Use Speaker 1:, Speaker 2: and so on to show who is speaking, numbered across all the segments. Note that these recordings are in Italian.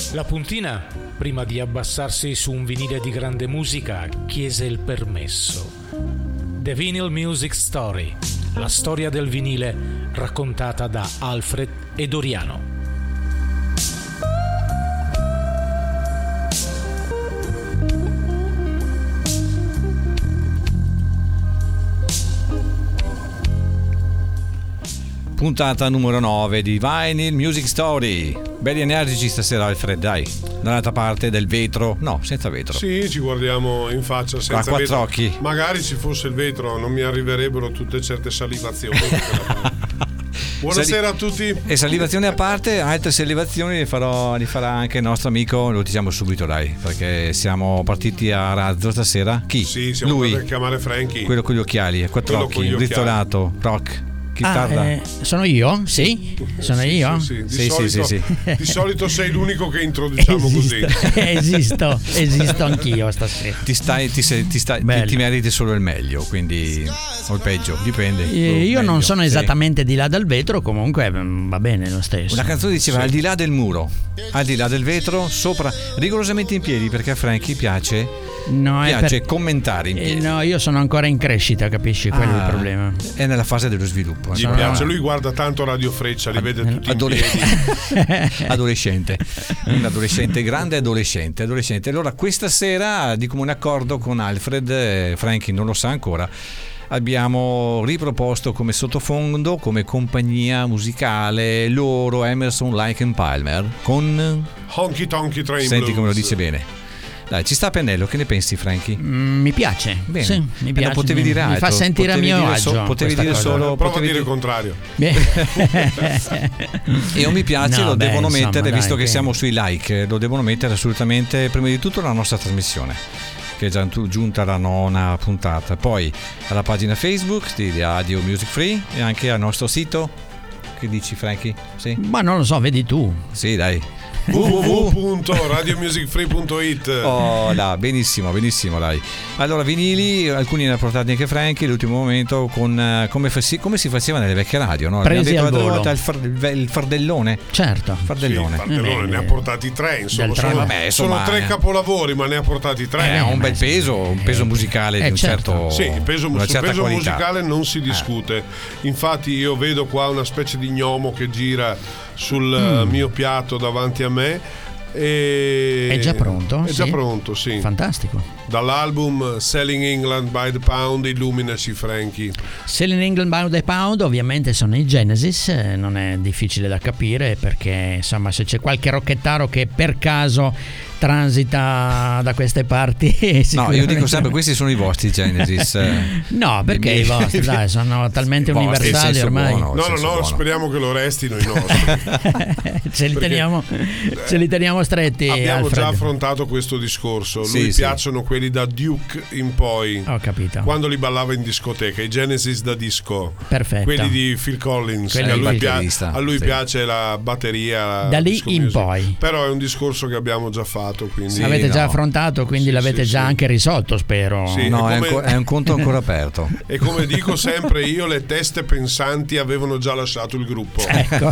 Speaker 1: La puntina, prima di abbassarsi su un vinile di grande musica, chiese il permesso. The Vinyl Music Story, la storia del vinile raccontata da Alfred e Doriano.
Speaker 2: Puntata numero 9 di Vinyl Music Story. Belli energici stasera, Alfred, dai. Dall'altra parte del vetro, no, senza vetro.
Speaker 3: Sì, ci guardiamo in faccia senza
Speaker 2: quattro
Speaker 3: vetro.
Speaker 2: occhi.
Speaker 3: Magari ci fosse il vetro non mi arriverebbero tutte certe salivazioni. Buonasera a tutti.
Speaker 2: E salivazioni a parte, altre salivazioni le farà anche il nostro amico, lo diciamo subito, dai, perché siamo partiti a razzo stasera. Chi?
Speaker 3: Sì, siamo
Speaker 2: Lui,
Speaker 3: per chiamare Frankie.
Speaker 2: quello con gli occhiali, quattro occhi, rizzolato, rock.
Speaker 4: Sono io? Sì? Sono io?
Speaker 3: Sì.
Speaker 2: Sì.
Speaker 3: Di solito sei l'unico che introduciamo così.
Speaker 4: Esisto anch'io stasera.
Speaker 2: Ti meriti solo il meglio, quindi o il peggio, dipende.
Speaker 4: Io
Speaker 2: meglio,
Speaker 4: non sono
Speaker 2: sì.
Speaker 4: esattamente di là dal vetro, comunque va bene lo stesso.
Speaker 2: Una canzone diceva al di là del muro, al di là del vetro, sopra, rigorosamente in piedi, perché a Frankie piace commentare in piedi.
Speaker 4: No, io sono ancora in crescita, capisci? Quello è il problema.
Speaker 2: È nella fase dello sviluppo.
Speaker 3: Gli piace, lui guarda tanto Radio Freccia, li vede tutti in piedi.
Speaker 2: Adolescente, un adolescente, grande adolescente. Allora questa sera, di comune accordo con Alfred, Frankie non lo sa ancora, abbiamo riproposto come sottofondo, come compagnia musicale, loro, Emerson, Lake and Palmer con
Speaker 3: Honky Tonky Train
Speaker 2: Senti
Speaker 3: Blues.
Speaker 2: come lo dice bene. Dai, ci sta a pennello, che ne pensi, Frankie?
Speaker 4: Mi piace.
Speaker 2: Bene.
Speaker 4: Sì, mi piace.
Speaker 2: Non potevi dire altro.
Speaker 4: Mi fa sentire a mio agio.
Speaker 2: Potevi dire solo.
Speaker 3: Prova a dire il contrario.
Speaker 2: E o mi piace,
Speaker 4: No,
Speaker 2: lo devono
Speaker 4: insomma,
Speaker 2: mettere, visto che
Speaker 4: dai.
Speaker 2: siamo sui like, lo devono mettere assolutamente prima di tutto la nostra trasmissione, che è già giunta alla 9ª puntata, poi alla pagina Facebook di Radio Music Free e anche al nostro sito. Che dici, Frankie? Sì?
Speaker 4: Ma non lo so, vedi tu.
Speaker 2: Sì, dai.
Speaker 3: www.radiomusicfree.it.
Speaker 2: Oh, là, benissimo, dai. Allora, vinili, alcuni ne ha portati anche Frankie l'ultimo momento con come si faceva nelle vecchie radio, no?
Speaker 4: Presi
Speaker 2: Abbiamo
Speaker 4: al
Speaker 2: detto
Speaker 4: volo.
Speaker 2: Il fardellone.
Speaker 4: Certo.
Speaker 2: Fardellone.
Speaker 3: Fardellone ne ha portati 3, insomma. Sono 3 capolavori, ma ne ha portati 3.
Speaker 2: Ha un bel peso, un peso musicale di un
Speaker 4: certo.
Speaker 2: certo.
Speaker 3: Sì, il peso
Speaker 2: qualità.
Speaker 3: musicale non si discute. Infatti io vedo qua una specie di gnomo che gira sul mio piatto davanti a me.
Speaker 4: È già pronto?
Speaker 3: È già pronto, sì.
Speaker 4: Fantastico.
Speaker 3: Dall'album Selling England by the Pound, illuminaci, Frankie.
Speaker 4: Selling England by the Pound ovviamente sono i Genesis, non è difficile da capire, perché insomma se c'è qualche rocchettaro che per caso transita da queste parti
Speaker 2: no, io dico sempre questi sono i vostri Genesis.
Speaker 4: No, perché i vostri, dai, sono talmente universali ormai.
Speaker 3: No, speriamo che lo restino i nostri.
Speaker 4: ce li teniamo stretti.
Speaker 3: Abbiamo
Speaker 4: Alfred.
Speaker 3: già affrontato questo discorso.
Speaker 2: Sì,
Speaker 3: Lui
Speaker 2: sì.
Speaker 3: piacciono quelli da Duke in poi.
Speaker 4: Ho capito.
Speaker 3: Quando li ballava in discoteca, i Genesis da disco.
Speaker 4: Perfetto.
Speaker 3: Quelli di Phil Collins.
Speaker 4: Quelli
Speaker 3: A lui,
Speaker 2: batterista,
Speaker 3: a lui
Speaker 2: sì.
Speaker 3: piace la batteria.
Speaker 4: Da lì
Speaker 3: disco
Speaker 4: in
Speaker 3: music.
Speaker 4: poi.
Speaker 3: Però è un discorso che abbiamo già fatto. Quindi
Speaker 2: Sì,
Speaker 4: Avete già
Speaker 2: no.
Speaker 4: affrontato, quindi l'avete già anche risolto, spero.
Speaker 3: Sì.
Speaker 2: No,
Speaker 3: come-
Speaker 2: è un conto ancora aperto.
Speaker 3: E come dico sempre io, le teste pensanti avevano già lasciato il gruppo.
Speaker 4: Ecco.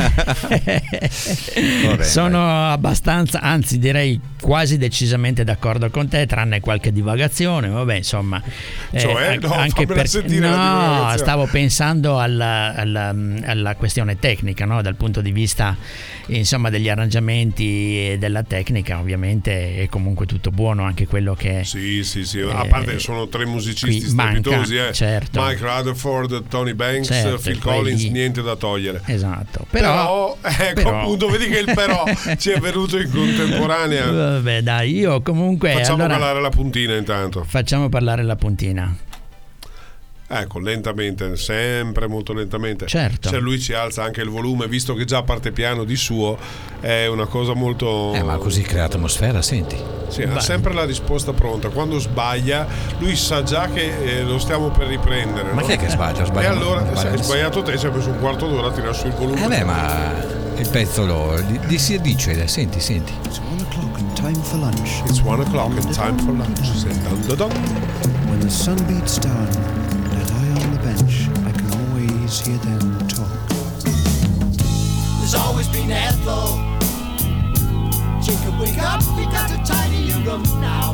Speaker 2: Vabbè,
Speaker 4: Sono abbastanza, anzi direi quasi decisamente d'accordo con te, tranne qualche divagazione, vabbè, insomma.
Speaker 3: Cioè? No,
Speaker 4: anche
Speaker 3: fammela sentire la
Speaker 4: no,
Speaker 3: divagazione.
Speaker 4: stavo pensando alla questione tecnica, no? Dal punto di vista insomma degli arrangiamenti e della tecnica, ovviamente è comunque tutto buono, anche quello che
Speaker 3: Sì. A parte sono 3 musicisti
Speaker 4: qui manca,
Speaker 3: strepitosi,
Speaker 4: certo.
Speaker 3: Mike Rutherford, Tony Banks,
Speaker 4: Certo,
Speaker 3: Phil
Speaker 4: e poi
Speaker 3: Collins,
Speaker 4: lì-
Speaker 3: niente da togliere.
Speaker 4: esatto.
Speaker 3: Però,
Speaker 4: però-
Speaker 3: appunto, vedi che il però ci è venuto in contemporanea.
Speaker 4: Vabbè, dai, io comunque
Speaker 3: Facciamo
Speaker 4: allora,
Speaker 3: parlare la puntina intanto.
Speaker 4: facciamo parlare la puntina.
Speaker 3: Ecco, lentamente, sempre molto lentamente.
Speaker 4: Certo.
Speaker 3: Cioè lui ci alza anche il volume, visto che già parte piano di suo, è una cosa molto...
Speaker 2: ma così crea atmosfera, senti.
Speaker 3: Sì, ha sempre la risposta pronta. Quando sbaglia, lui sa già che lo stiamo per riprendere.
Speaker 2: Ma
Speaker 3: no?
Speaker 2: chi è che sbaglia?
Speaker 3: E allora, se hai sbagliato te, ci hai messo un quarto d'ora a tirare su il volume.
Speaker 2: Ma il pezzo si dice, senti.
Speaker 5: It's 1 o'clock and time for lunch.
Speaker 3: It's 1 o'clock and time for lunch. Say, dun, dun, dun.
Speaker 5: When the sun beats down and I lie on the bench, I can always hear them talk.
Speaker 6: There's always been Ethel, Jacob wake up, we got a tiny room now.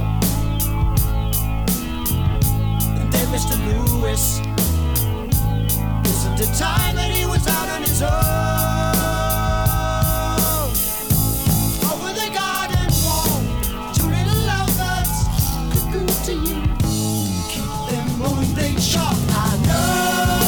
Speaker 6: And then Mr. Lewis, isn't it time that he was out on his own? Over the garden wall, two little lovebirds cuckoo to you. Keep them moving, they sharp. I know.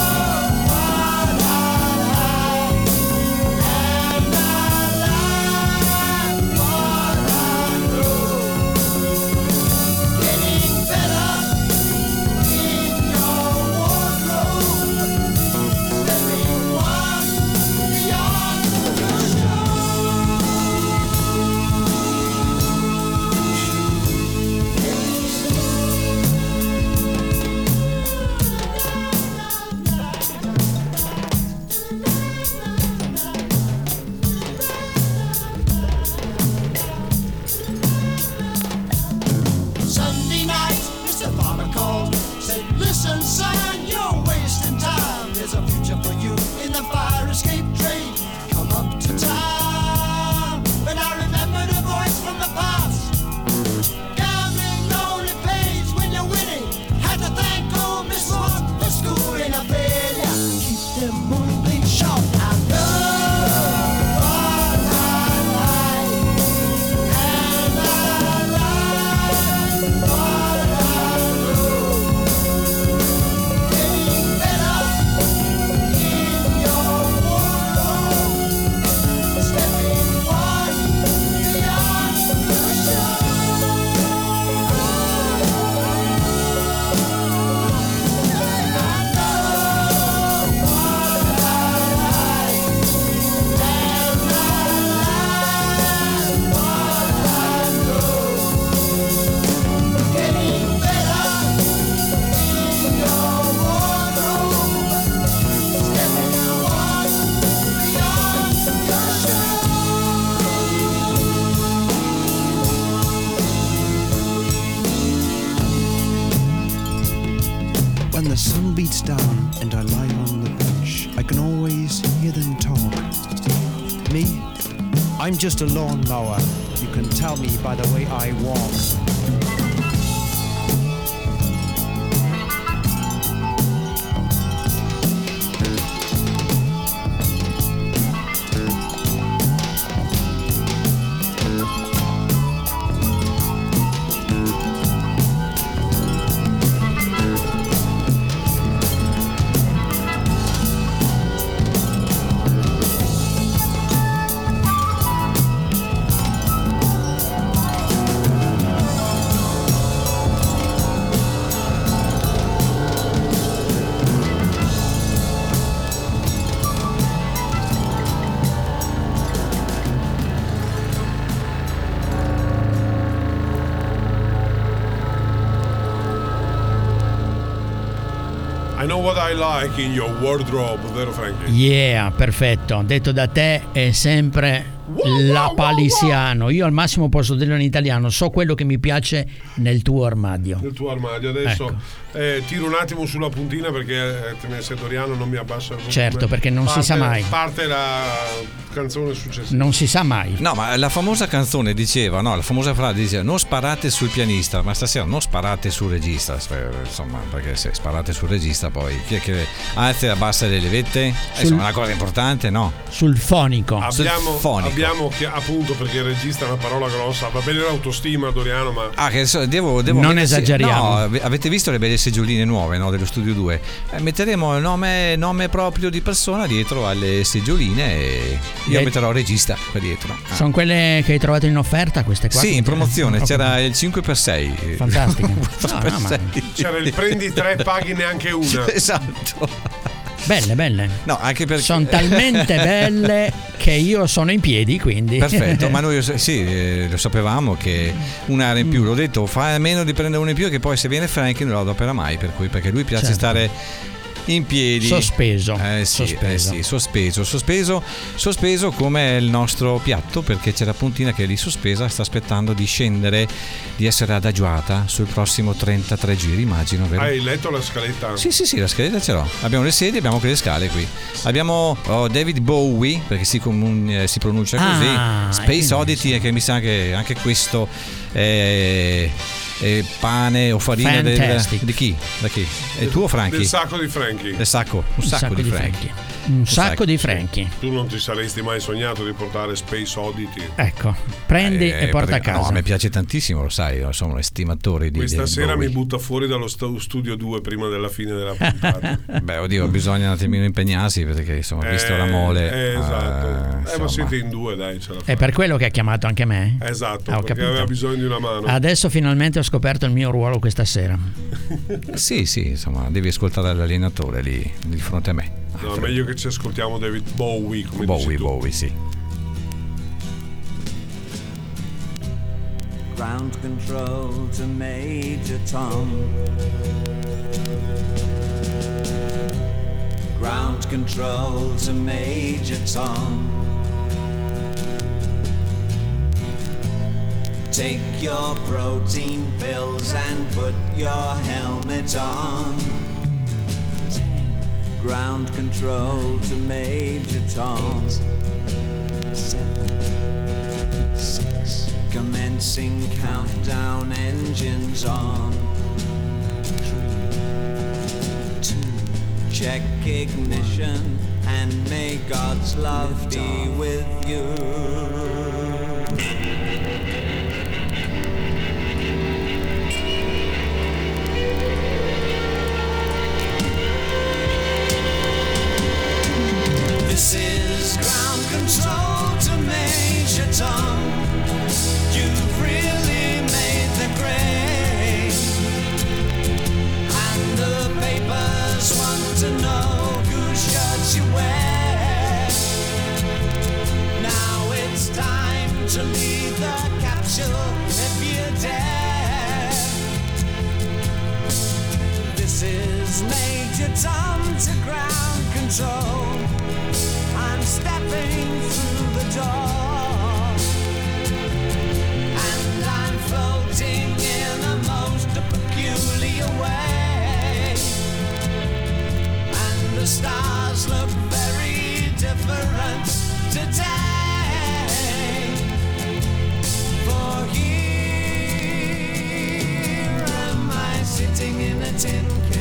Speaker 6: Listen, son, you're wasting time. There's a future for you in the fire escape train. Come up to town. When I remember the voice from the past, gambling only pays when you're winning. Had to thank old Miss Moss for schooling a failure. Keep them moving sharp. I know.
Speaker 5: When the sun beats down and I lie on the bench, I can always hear them talk. Me? I'm just a lawnmower. You can tell me by the way I walk.
Speaker 3: I know what I like in your wardrobe, vero Frankie?
Speaker 4: Yeah, perfetto. Detto da te è sempre la palisiano. Io al massimo posso dirlo in italiano. So quello che mi piace nel tuo armadio.
Speaker 3: Nel tuo armadio. Adesso
Speaker 4: ecco.
Speaker 3: Tiro un attimo sulla puntina perché Tenesse Doriano non mi abbassa il volume.
Speaker 4: Certo, perché non si sa mai.
Speaker 3: Parte la canzone successiva.
Speaker 4: Non si sa mai.
Speaker 2: No, ma la famosa canzone diceva, no, la famosa frase diceva: non sparate sul pianista, ma stasera non sparate sul regista, insomma, perché se sparate sul regista poi chi è che alza e abbassa le levette? Insomma, è una cosa importante, no?
Speaker 4: Sul fonico.
Speaker 3: Abbiamo che, appunto, perché il regista è una parola grossa, va bene l'autostima, Doriano, ma
Speaker 2: devo
Speaker 4: non esageriamo.
Speaker 2: No, avete visto le belle seggioline nuove, no, dello Studio 2? Metteremo il nome proprio di persona dietro alle seggioline e io metterò regista qua dietro.
Speaker 4: Sono quelle che hai trovato in offerta, queste qua?
Speaker 2: Sì, in promozione c'era il 5x6.
Speaker 4: Fantastico.
Speaker 3: C'era il prendi 3 paghi neanche una.
Speaker 2: Esatto.
Speaker 4: Belle.
Speaker 2: No, anche perché
Speaker 4: sono talmente belle che io sono in piedi, quindi.
Speaker 2: Perfetto, ma noi lo sapevamo che una era in più. L'ho detto, fai a meno di prendere una in più, che poi se viene Frankie non la adopera mai, per cui, perché lui piace stare in piedi,
Speaker 4: sospeso.
Speaker 2: Sospeso come il nostro piatto, perché c'è la puntina che è lì sospesa, sta aspettando di scendere, di essere adagiata sul prossimo 33 giri, immagino, vero?
Speaker 3: Hai letto la scaletta?
Speaker 2: Sì, la scaletta ce l'ho. Abbiamo le sedie, abbiamo quelle scale qui. Abbiamo David Bowie, perché si pronuncia così. Space Oddity, che mi sa che anche questo è pane o farina di chi? Da chi? È tuo, Franchi?
Speaker 3: Del sacco di Franchi.
Speaker 2: Un sacco di Franchi.
Speaker 4: Un sacco di Franchi.
Speaker 3: Tu non ti saresti mai sognato di portare Space Oddity?
Speaker 4: Ecco, prendi e porta a casa.
Speaker 2: No, a me piace tantissimo, lo sai, sono estimatori di
Speaker 3: questa sera
Speaker 2: Bowie.
Speaker 3: mi butta fuori dallo studio 2 prima della fine della puntata.
Speaker 2: Beh, oddio, bisogna un attimino impegnarsi, perché insomma, visto la mole.
Speaker 3: Esatto. Ma siete in due, dai, ce la fate.
Speaker 4: È per quello che ha chiamato anche me?
Speaker 3: Esatto,
Speaker 4: ho
Speaker 3: perché
Speaker 4: capito.
Speaker 3: aveva bisogno di una mano.
Speaker 4: Adesso finalmente ho scoperto il mio ruolo questa sera.
Speaker 2: Sì, insomma, devi ascoltare l'allenatore lì di fronte a me.
Speaker 3: No, meglio che ci ascoltiamo David Bowie, come dici tu.
Speaker 2: Bowie, sì.
Speaker 7: Ground control to Major Tom. Ground control to Major Tom. Take your protein pills and put your helmet on. Ground control to Major Tom. 7, 6. Commencing countdown, engines on. 3, 2. Check ignition and may God's love be with you. This is ground control to Major Tom. You've really made the grade, and the papers want to know whose shirts you wear. Now it's time to leave the capsule if you dare. This is Major Tom to ground control. I'm stepping through the door, and I'm floating in a most peculiar way, and the stars look very different today, for here am I sitting in a tin can.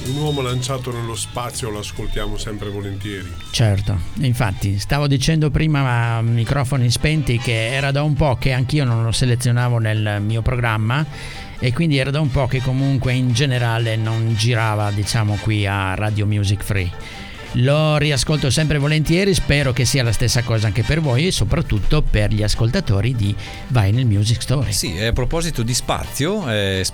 Speaker 3: Un uomo lanciato nello spazio lo ascoltiamo sempre volentieri.
Speaker 4: Certo, infatti stavo dicendo prima a microfoni spenti che era da un po' che anch'io non lo selezionavo nel mio programma e quindi era da un po' che comunque in generale non girava, diciamo, qui a Radio Music Free. Lo riascolto sempre volentieri, spero che sia la stessa cosa anche per voi e soprattutto per gli ascoltatori di Vinyl Music Story.
Speaker 2: Sì, a proposito di spazio, il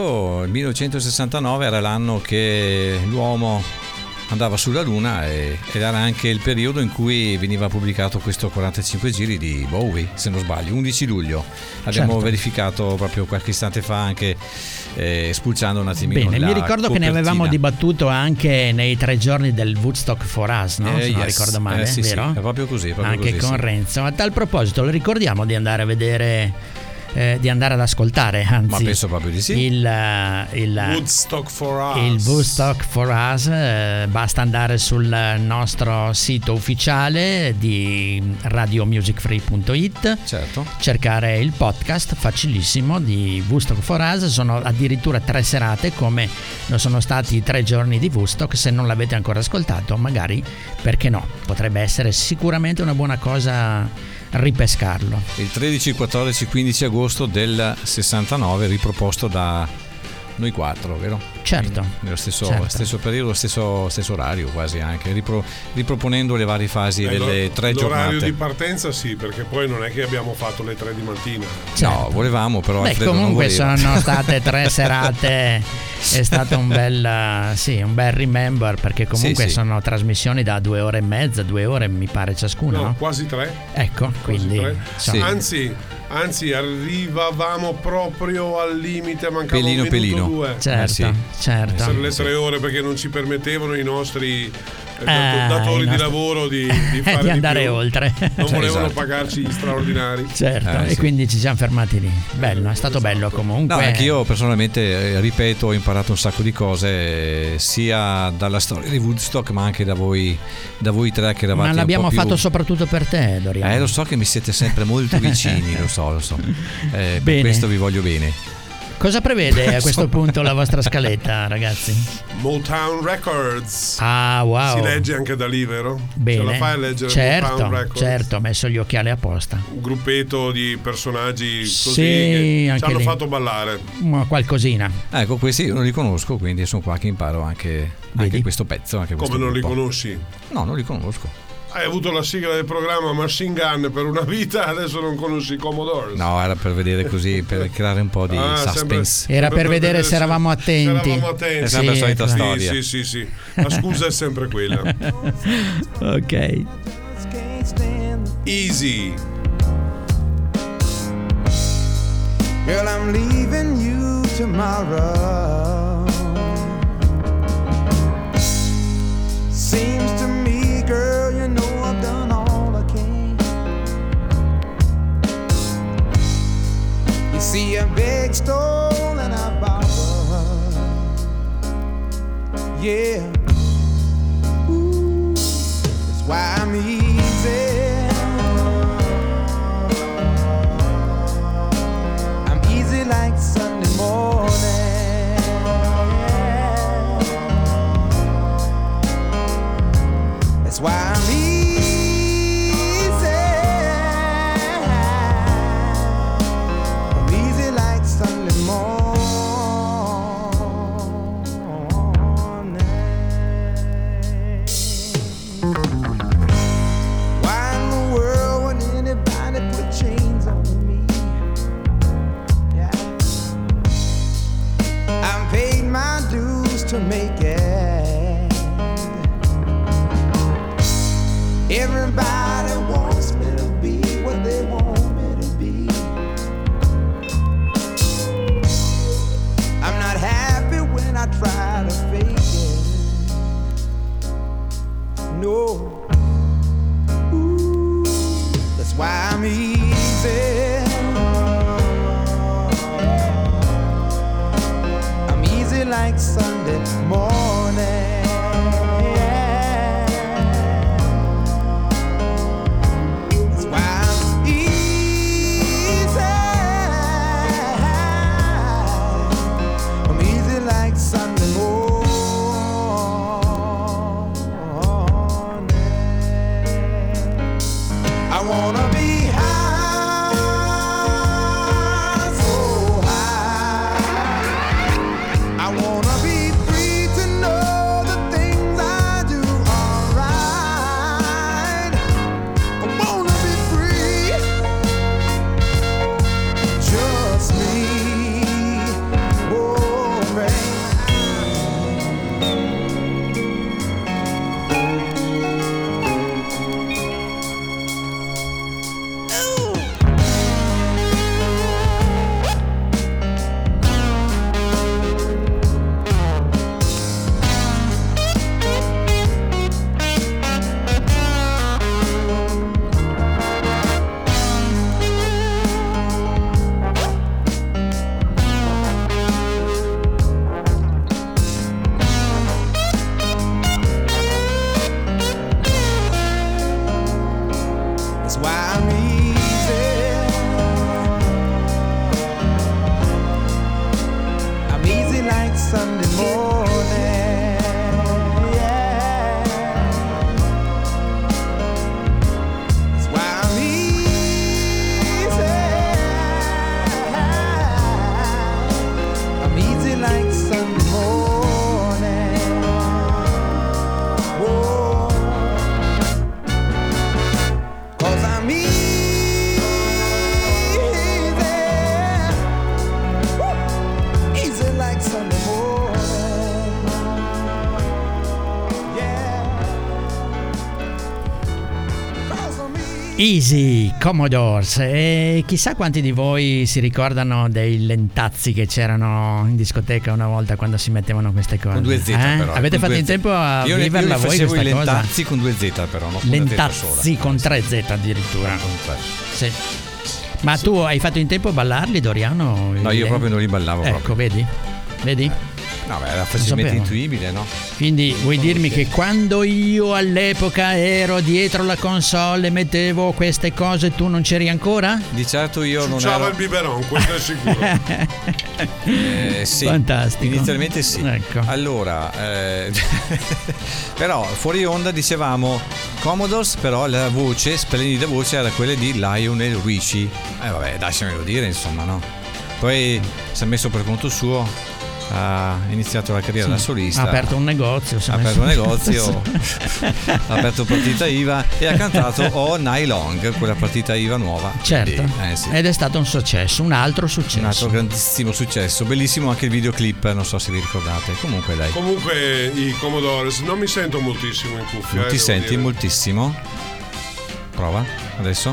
Speaker 2: 1969 era l'anno che l'uomo andava sulla Luna ed era anche il periodo in cui veniva pubblicato questo 45 giri di Bowie, se non sbaglio, 11 luglio. Abbiamo verificato proprio qualche istante fa anche spulciando un attimino.
Speaker 4: Bene,
Speaker 2: la
Speaker 4: mi ricordo
Speaker 2: copertina.
Speaker 4: che ne avevamo dibattuto anche nei 3 giorni del Woodstock for Us, no? Se non ricordo male,
Speaker 2: sì,
Speaker 4: vero?
Speaker 2: Sì, è proprio così.
Speaker 4: Anche con Renzo. A tal proposito, lo ricordiamo di andare a vedere, di andare ad ascoltare, anzi,
Speaker 2: ma penso proprio di sì,
Speaker 3: il Woodstock for Us.
Speaker 4: Il Woodstock for Us, basta andare sul nostro sito ufficiale di radiomusicfree.it,
Speaker 2: certo,
Speaker 4: cercare il podcast facilissimo di Woodstock for Us. Sono addirittura 3 serate, come lo sono stati i 3 giorni di Woodstock. Se non l'avete ancora ascoltato, magari, perché no, potrebbe essere sicuramente una buona cosa ripescarlo.
Speaker 2: Il 13, 14, 15 agosto del 69, riproposto da noi 4, vero?
Speaker 4: Certo.
Speaker 2: Nello stesso periodo, stesso orario quasi anche, riproponendo le varie fasi delle 3 giornate.
Speaker 3: L'orario di partenza sì, perché poi non è che abbiamo fatto le 3 di mattina.
Speaker 4: Certo.
Speaker 2: No, volevamo, però Alfredo
Speaker 4: comunque
Speaker 2: non voleva.
Speaker 4: Sono state 3 serate, è stato un bel remember, perché comunque
Speaker 2: sì.
Speaker 4: sono trasmissioni da 2 ore e mezza, 2 ore mi pare ciascuna, no?
Speaker 3: Quasi 3.
Speaker 4: Ecco, quindi
Speaker 3: 3.
Speaker 2: Sì.
Speaker 3: Anzi, arrivavamo proprio al limite, mancava un minuto 2.
Speaker 4: Certo, certo.
Speaker 3: Per le 3 ore, perché non ci permettevano i nostri datori di lavoro di fare
Speaker 4: di andare
Speaker 3: più.
Speaker 4: oltre.
Speaker 3: Non volevano
Speaker 2: Esatto.
Speaker 3: pagarci gli straordinari.
Speaker 4: Certo, e quindi ci siamo fermati lì. Bello, è stato bello comunque.
Speaker 2: No, anche io personalmente, ripeto, ho imparato un sacco di cose, sia dalla storia di Woodstock, ma anche da voi 3 che eravate.
Speaker 4: Ma l'abbiamo
Speaker 2: un po' più...
Speaker 4: fatto soprattutto per te, Doriano.
Speaker 2: Lo so che mi siete sempre molto vicini, lo so. Per questo vi voglio bene.
Speaker 4: Cosa prevede a questo punto la vostra scaletta, ragazzi?
Speaker 3: Motown Records.
Speaker 4: Ah, wow.
Speaker 3: Si legge anche da lì, vero?
Speaker 4: Bene.
Speaker 3: Ce la fai a leggere Motown Records?
Speaker 4: Certo, ho messo gli occhiali apposta.
Speaker 3: Un gruppetto di personaggi così
Speaker 4: sì,
Speaker 3: che ci hanno
Speaker 4: lì
Speaker 3: fatto ballare.
Speaker 4: Ma qualcosina.
Speaker 2: Ecco, questi io non li conosco, quindi sono qua che imparo anche questo pezzo. Anche
Speaker 3: come non li conosci?
Speaker 2: No, non li conosco.
Speaker 3: Hai avuto la sigla del programma Machine Gun per una vita, adesso non conosci i Commodores.
Speaker 2: No, era per vedere così, per creare un po' di suspense.
Speaker 4: Era per vedere se eravamo attenti.
Speaker 2: È sempre la solita storia.
Speaker 3: Sì. La scusa è sempre quella.
Speaker 4: Ok.
Speaker 3: Easy.
Speaker 6: Girl, I'm leaving you tomorrow. Seems to me, girl, you know I've done all I can. You see, I begged, stole, and I borrowed. Yeah. Ooh, that's why I'm easy. I'm easy like Sunday morning. That's why I'm easy. I'm easy like Sunday morning. Why in the world would anybody put chains on me? Yeah. I paid my dues to make it. Everybody wants me to be what they want me to be. I'm not happy when I try to fake it. No. Ooh, that's why I'm easy. I'm easy like Sunday morning. Sunday morning.
Speaker 4: Easy Commodores, e chissà quanti di voi si ricordano dei lentazzi che c'erano in discoteca una volta quando si mettevano queste cose.
Speaker 2: Con 2Z però.
Speaker 4: Avete fatto in tempo a viverla voi
Speaker 2: questa cosa?
Speaker 4: Io
Speaker 2: i lentazzi con 2Z però, no?
Speaker 4: Lentazzi con 3Z addirittura.
Speaker 2: Con 3.
Speaker 4: Sì. Ma tu hai fatto in tempo a ballarli, Doriano?
Speaker 2: No, io proprio non li ballavo
Speaker 4: ecco,
Speaker 2: proprio.
Speaker 4: Vedi?
Speaker 2: No, beh, era facilmente intuibile, no?
Speaker 4: Quindi vuoi dirmi che quando io all'epoca ero dietro la console e mettevo queste cose tu non c'eri ancora?
Speaker 2: Di certo io non
Speaker 3: ero... il biberon, questo è sicuro.
Speaker 2: Sì.
Speaker 4: Fantastico.
Speaker 2: Inizialmente sì.
Speaker 4: Ecco.
Speaker 2: Allora, però fuori onda dicevamo Commodores, però la voce, splendida voce, era quella di Lionel Richie. Vabbè, lasciamelo dire, insomma, no? Poi si è messo per conto suo, ha iniziato la carriera da solista,
Speaker 4: ha aperto un negozio,
Speaker 2: ha aperto partita IVA e ha cantato All Night Long, quella partita IVA nuova.
Speaker 4: Certo.
Speaker 2: Quindi, sì.
Speaker 4: Ed è stato un successo, un altro
Speaker 2: grandissimo successo, bellissimo anche il videoclip, non so se vi ricordate. Comunque
Speaker 3: i Commodores non mi sento moltissimo in cuffia.
Speaker 2: Non ti senti dire. Moltissimo? Prova adesso.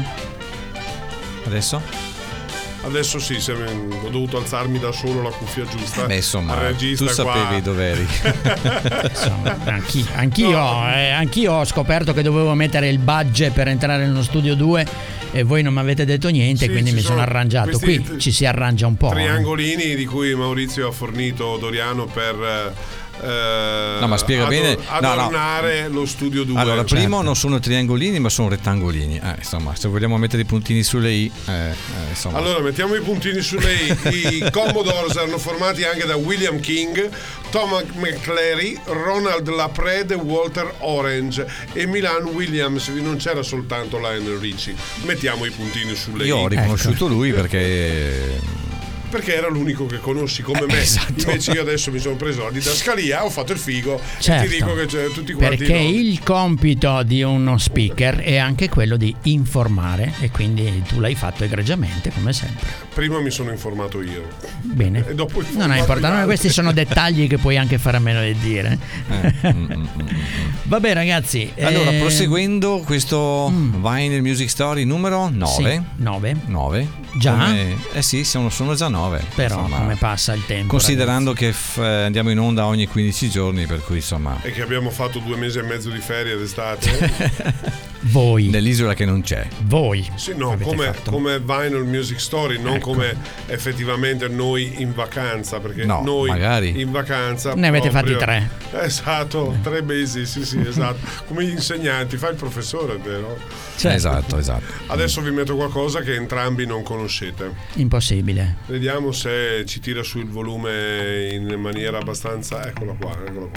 Speaker 3: Adesso sì, ho dovuto alzarmi da solo la cuffia giusta.
Speaker 2: Beh, insomma, tu sapevi dov'eri.
Speaker 4: Insomma, anch'io ho scoperto che dovevo mettere il badge per entrare nello studio 2 e voi non mi avete detto niente, sì, quindi mi sono arrangiato. Qui ci si arrangia un po'.
Speaker 3: Triangolini di cui Maurizio ha fornito Doriano per...
Speaker 2: no, ma spiega bene
Speaker 3: adornare lo studio 2.
Speaker 2: Allora, primo non sono triangolini ma sono rettangolini, insomma, se vogliamo mettere i puntini sulle i, insomma.
Speaker 3: Allora mettiamo i puntini sulle i. I Commodores erano formati anche da William King, Tom McClary, Ronald Lapred, Walter Orange e Milan Williams. Non c'era soltanto Lionel Richie. Mettiamo i puntini sulle i.
Speaker 2: Io ho riconosciuto lui perché
Speaker 3: era l'unico che conosci come me.
Speaker 2: Esatto.
Speaker 3: Invece io adesso mi sono preso la didascalia, ho fatto il figo,
Speaker 4: certo,
Speaker 3: e ti dico che c'è tutti quanti.
Speaker 4: Perché il compito di uno speaker è anche quello di informare, e quindi tu l'hai fatto egregiamente come sempre.
Speaker 3: Prima mi sono informato io.
Speaker 4: Bene.
Speaker 3: E dopo
Speaker 4: non è importante, questi sono dettagli che puoi anche fare a meno di dire. Vabbè ragazzi,
Speaker 2: allora proseguendo questo Vinyl Music Story numero 9.
Speaker 4: Sì, 9. Già?
Speaker 2: Sì, sono già 9.
Speaker 4: Però
Speaker 2: insomma,
Speaker 4: come passa il tempo,
Speaker 2: considerando ragazzi, che andiamo in onda ogni 15 giorni, per cui insomma,
Speaker 3: e che abbiamo fatto 2 mesi e mezzo di ferie d'estate.
Speaker 4: Voi
Speaker 2: nell'isola che non c'è.
Speaker 4: Voi
Speaker 3: sì, no, come Vinyl Music Story, non come effettivamente noi in vacanza, perché noi magari in vacanza
Speaker 4: ne avete fatti 3.
Speaker 3: Esatto, 3 mesi, sì, esatto. Come gli insegnanti, fa il professore, vero?
Speaker 2: Certo. Esatto.
Speaker 3: Adesso vi metto qualcosa che entrambi non conoscete.
Speaker 4: Impossibile.
Speaker 3: Vediamo se ci tira su il volume in maniera abbastanza. Eccolo qua.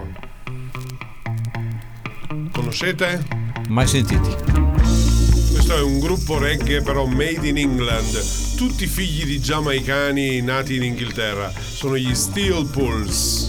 Speaker 3: Conoscete?
Speaker 2: Mai sentiti.
Speaker 3: Questo è un gruppo reggae però made in England, tutti figli di giamaicani nati in Inghilterra. Sono gli Steel Pulse.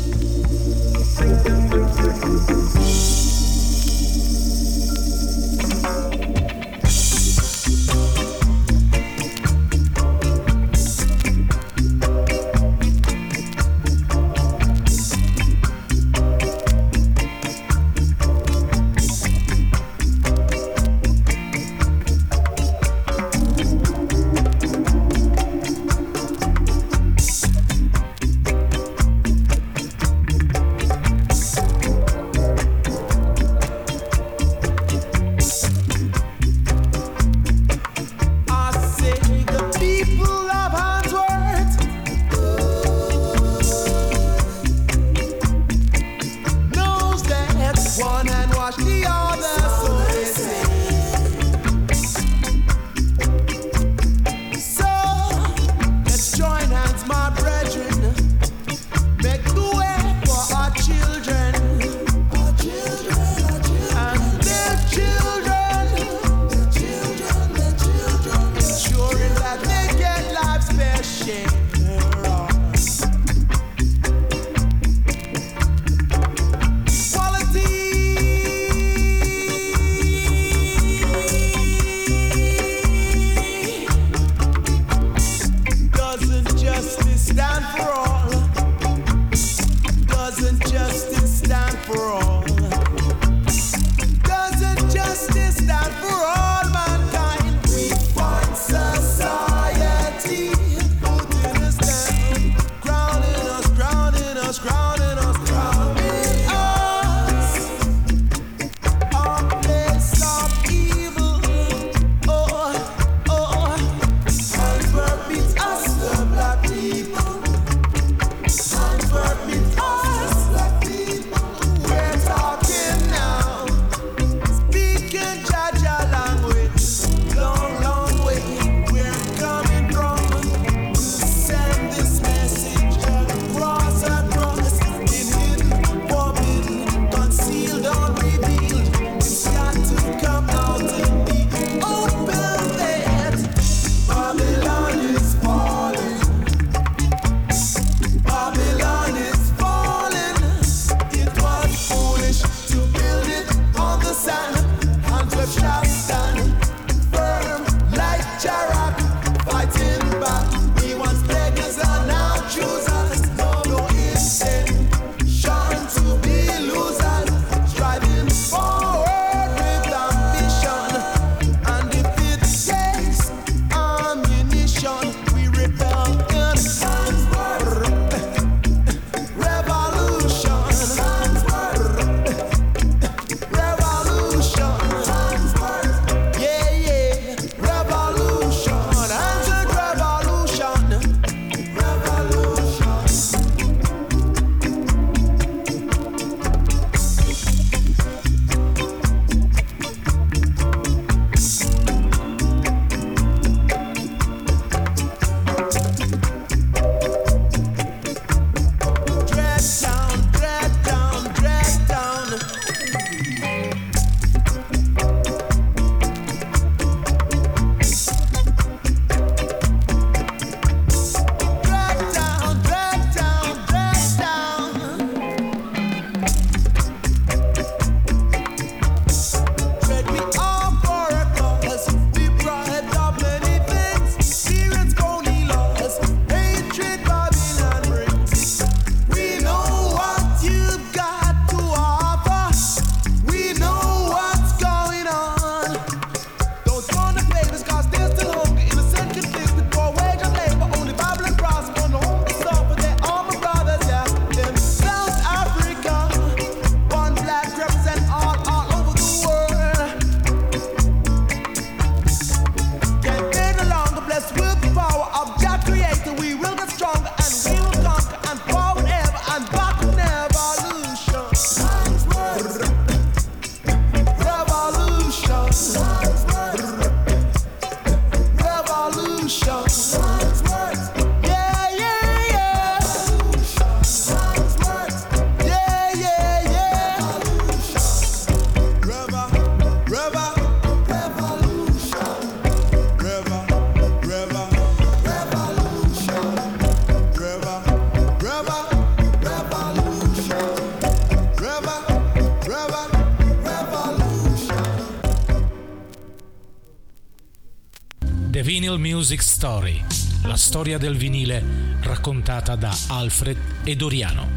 Speaker 1: Vinyl Music Story, la storia del vinile raccontata da Alfred e Doriano.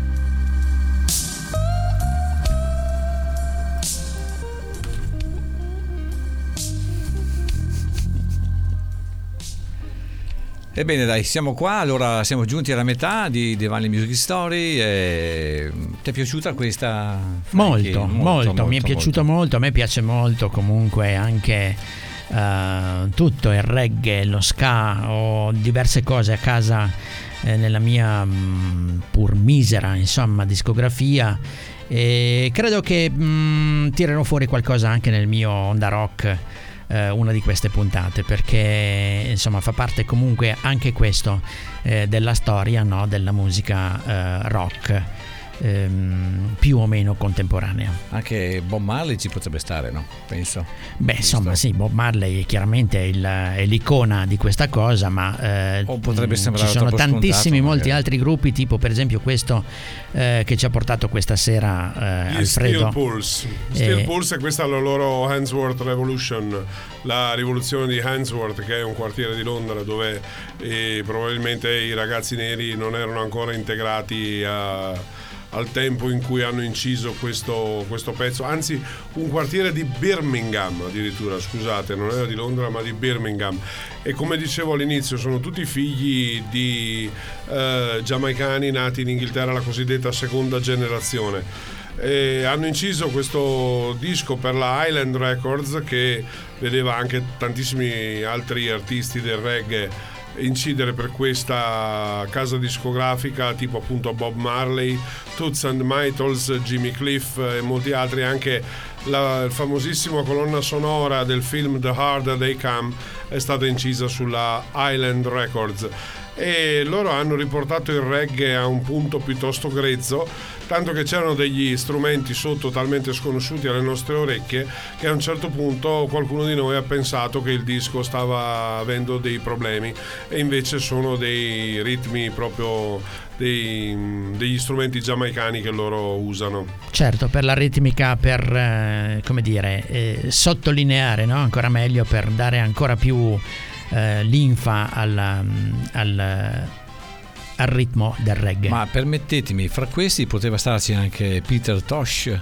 Speaker 2: Ebbene dai, siamo qua, allora siamo giunti alla metà di The Vinyl Music Story. Ti è piaciuta questa?
Speaker 4: Molto, mi è piaciuto molto, a me piace molto comunque anche tutto il reggae, lo ska o diverse cose a casa nella mia pur misera insomma discografia, e credo che tirerò fuori qualcosa anche nel mio Onda Rock una di queste puntate, perché insomma fa parte comunque anche questo della storia, no? Della musica rock più o meno contemporanea.
Speaker 2: Anche Bob Marley ci potrebbe stare, no? Penso.
Speaker 4: Beh, insomma, sì, Bob Marley chiaramente è l'icona di questa cosa, ma
Speaker 2: o potrebbe sembrare
Speaker 4: ci sono tantissimi, molti
Speaker 2: magari.
Speaker 4: altri gruppi, tipo per esempio questo che ci ha portato questa sera Alfredo.
Speaker 3: Steel Pulse, e questa è la loro Handsworth Revolution, la rivoluzione di Handsworth, che è un quartiere di Londra dove probabilmente i ragazzi neri non erano ancora integrati al tempo in cui hanno inciso questo pezzo, anzi un quartiere di Birmingham addirittura, scusate, non era di Londra ma di Birmingham, e come dicevo all'inizio sono tutti figli di giamaicani nati in Inghilterra, la cosiddetta seconda generazione, e hanno inciso questo disco per la Island Records, che vedeva anche tantissimi altri artisti del reggae incidere per questa casa discografica, tipo appunto Bob Marley, Toots and Maytals, Jimmy Cliff e molti altri. Anche la famosissima colonna sonora del film The Harder They Come è stata incisa sulla Island Records, e loro hanno riportato il reggae a un punto piuttosto grezzo, tanto che c'erano degli strumenti sotto talmente sconosciuti alle nostre orecchie che a un certo punto qualcuno di noi ha pensato che il disco stava avendo dei problemi, e invece sono dei ritmi proprio degli strumenti giamaicani che loro usano.
Speaker 4: Certo, per la ritmica, per come dire, sottolineare, no? Ancora meglio, per dare ancora più linfa al ritmo del reggae.
Speaker 2: Ma permettetemi, fra questi poteva starci anche Peter Tosh.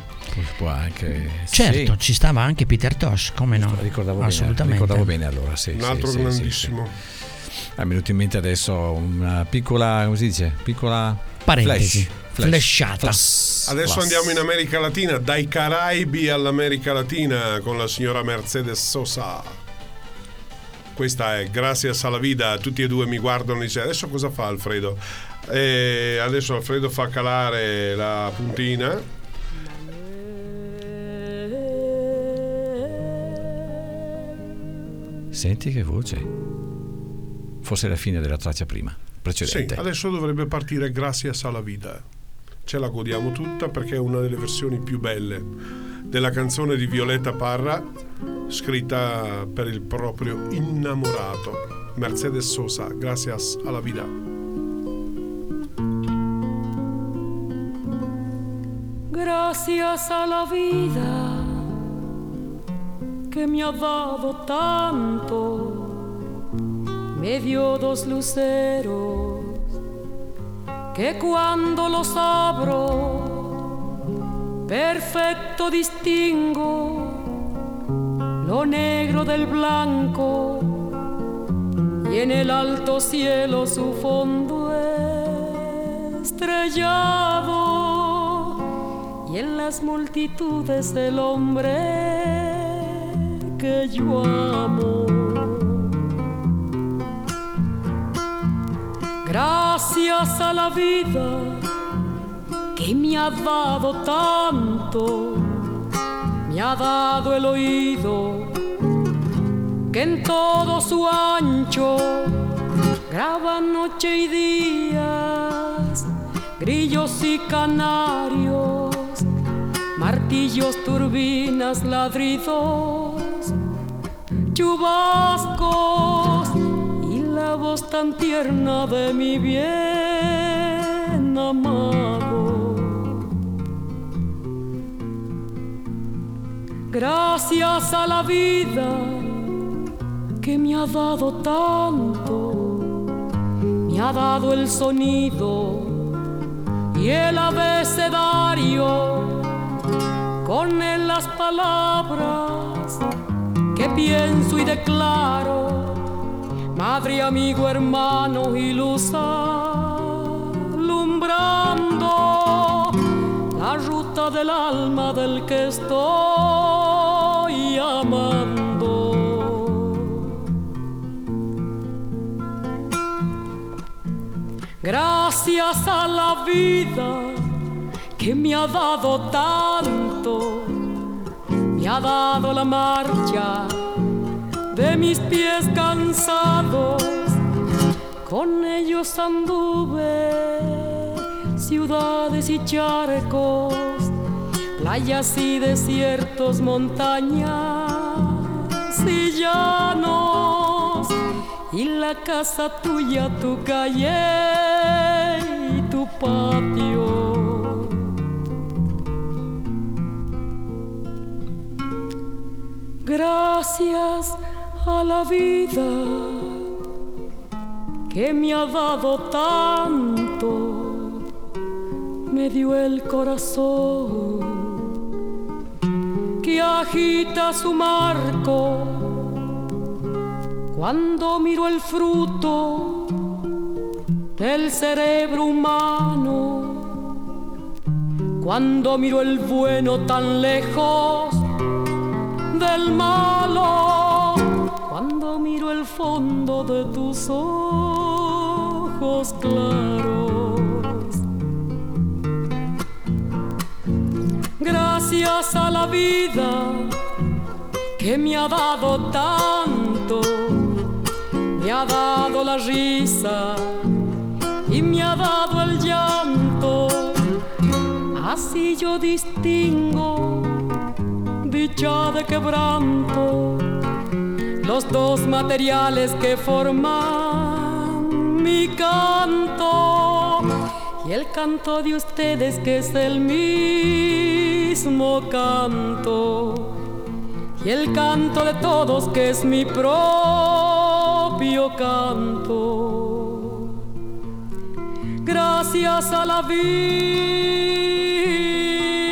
Speaker 4: Certo, sì. Ci stava anche Peter Tosh, come no? Assolutamente.
Speaker 2: Ricordavo bene allora, sì.
Speaker 3: Un altro grandissimo.
Speaker 2: Sì. Mi è venuto in mente adesso una piccola, come si dice? Piccola
Speaker 4: parentesi. Flashata.
Speaker 3: Adesso andiamo in America Latina, dai Caraibi all'America Latina, con la signora Mercedes Sosa. Questa è Gracias a la Vida. Tutti e due mi guardano e dicono: adesso cosa fa Alfredo? E adesso Alfredo fa calare la puntina.
Speaker 2: Senti che voce. Forse la fine della traccia precedente.
Speaker 3: Sì, adesso dovrebbe partire Gracias a la Vida. Ce la godiamo tutta perché è una delle versioni più belle della canzone di Violeta Parra, scritta per il proprio innamorato. Mercedes Sosa, Gracias a la Vida.
Speaker 8: Gracias a la vida que me ha dado tanto, me dio dos luceros que cuando los abro perfecto distingo lo negro del blanco, y en el alto cielo su fondo estrellado, y en las multitudes el hombre que yo amo. Gracias a la vida que me ha dado tanto, me ha dado el oído que en todo su ancho graba noche y días, grillos y canarios, martillos, turbinas, ladridos, chubascos y la voz tan tierna de mi bien amado. Gracias a la vida que me ha dado tanto, me ha dado el sonido y el abecedario, con él las palabras que pienso y declaro, madre, amigo, hermano y luz alumbrando la ruta del alma del que estoy amando. Gracias a la vida que me ha dado tanto, me ha dado la marcha de mis pies cansados, con ellos anduve ciudades y charcos, playas y desiertos, montañas y llanos, y la casa tuya, tu calle y tu patio. Gracias a la vida que me ha dado tanto, me dio el corazón que agita su marco cuando miro el fruto del cerebro humano, cuando miro el bueno tan lejos del malo, cuando miro el fondo de tus ojos claros. Gracias a la vida que me ha dado tanto, me ha dado la risa y me ha dado el llanto, así yo distingo dicha de quebranto, los dos materiales que forman mi canto, y el canto de ustedes que es el mismo canto, y el canto de todos que es mi propio canto. Gracias a la vida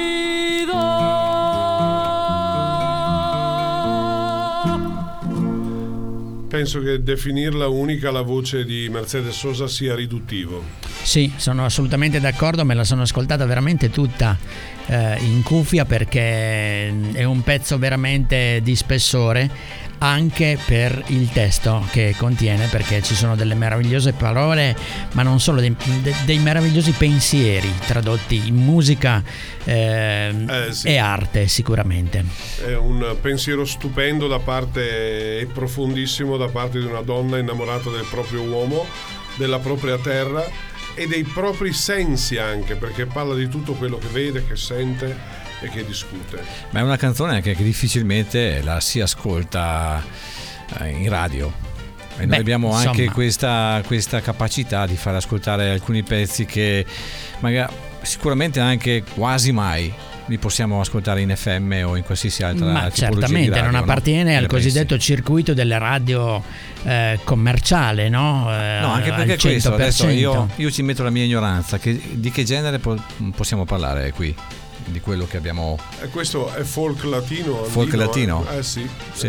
Speaker 3: penso che definirla unica la voce di Mercedes Sosa sia riduttivo.
Speaker 4: Sì, sono assolutamente d'accordo, me la sono ascoltata veramente tutta in cuffia, perché è un pezzo veramente di spessore, anche per il testo che contiene, perché ci sono delle meravigliose parole, ma non solo, dei meravigliosi pensieri tradotti in musica
Speaker 3: sì.
Speaker 4: e arte sicuramente.
Speaker 3: È un pensiero stupendo da parte e profondissimo da parte di una donna innamorata del proprio uomo, della propria terra e dei propri sensi anche, perché parla di tutto quello che vede, che sente e che discute.
Speaker 2: Ma è una canzone anche che difficilmente la si ascolta in radio, e noi abbiamo anche questa capacità di far ascoltare alcuni pezzi che magari sicuramente anche quasi mai li possiamo ascoltare in FM o in qualsiasi altra tipologia
Speaker 4: certamente
Speaker 2: di radio,
Speaker 4: non appartiene al cosiddetto circuito delle radio commerciale, no?
Speaker 2: No, anche perché questo adesso io ci metto la mia ignoranza, di che genere possiamo parlare qui? Di quello che abbiamo.
Speaker 3: Questo è folk latino.
Speaker 2: Folk latino?
Speaker 3: Sì.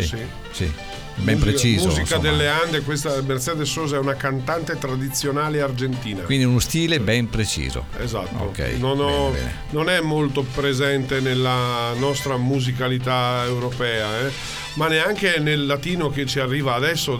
Speaker 2: Ben preciso.
Speaker 3: Musica delle Ande. Questa Mercedes Sosa è una cantante tradizionale argentina.
Speaker 2: Quindi uno stile ben preciso.
Speaker 3: Esatto.
Speaker 2: Okay,
Speaker 3: non è molto presente nella nostra musicalità europea, ma neanche nel latino che ci arriva adesso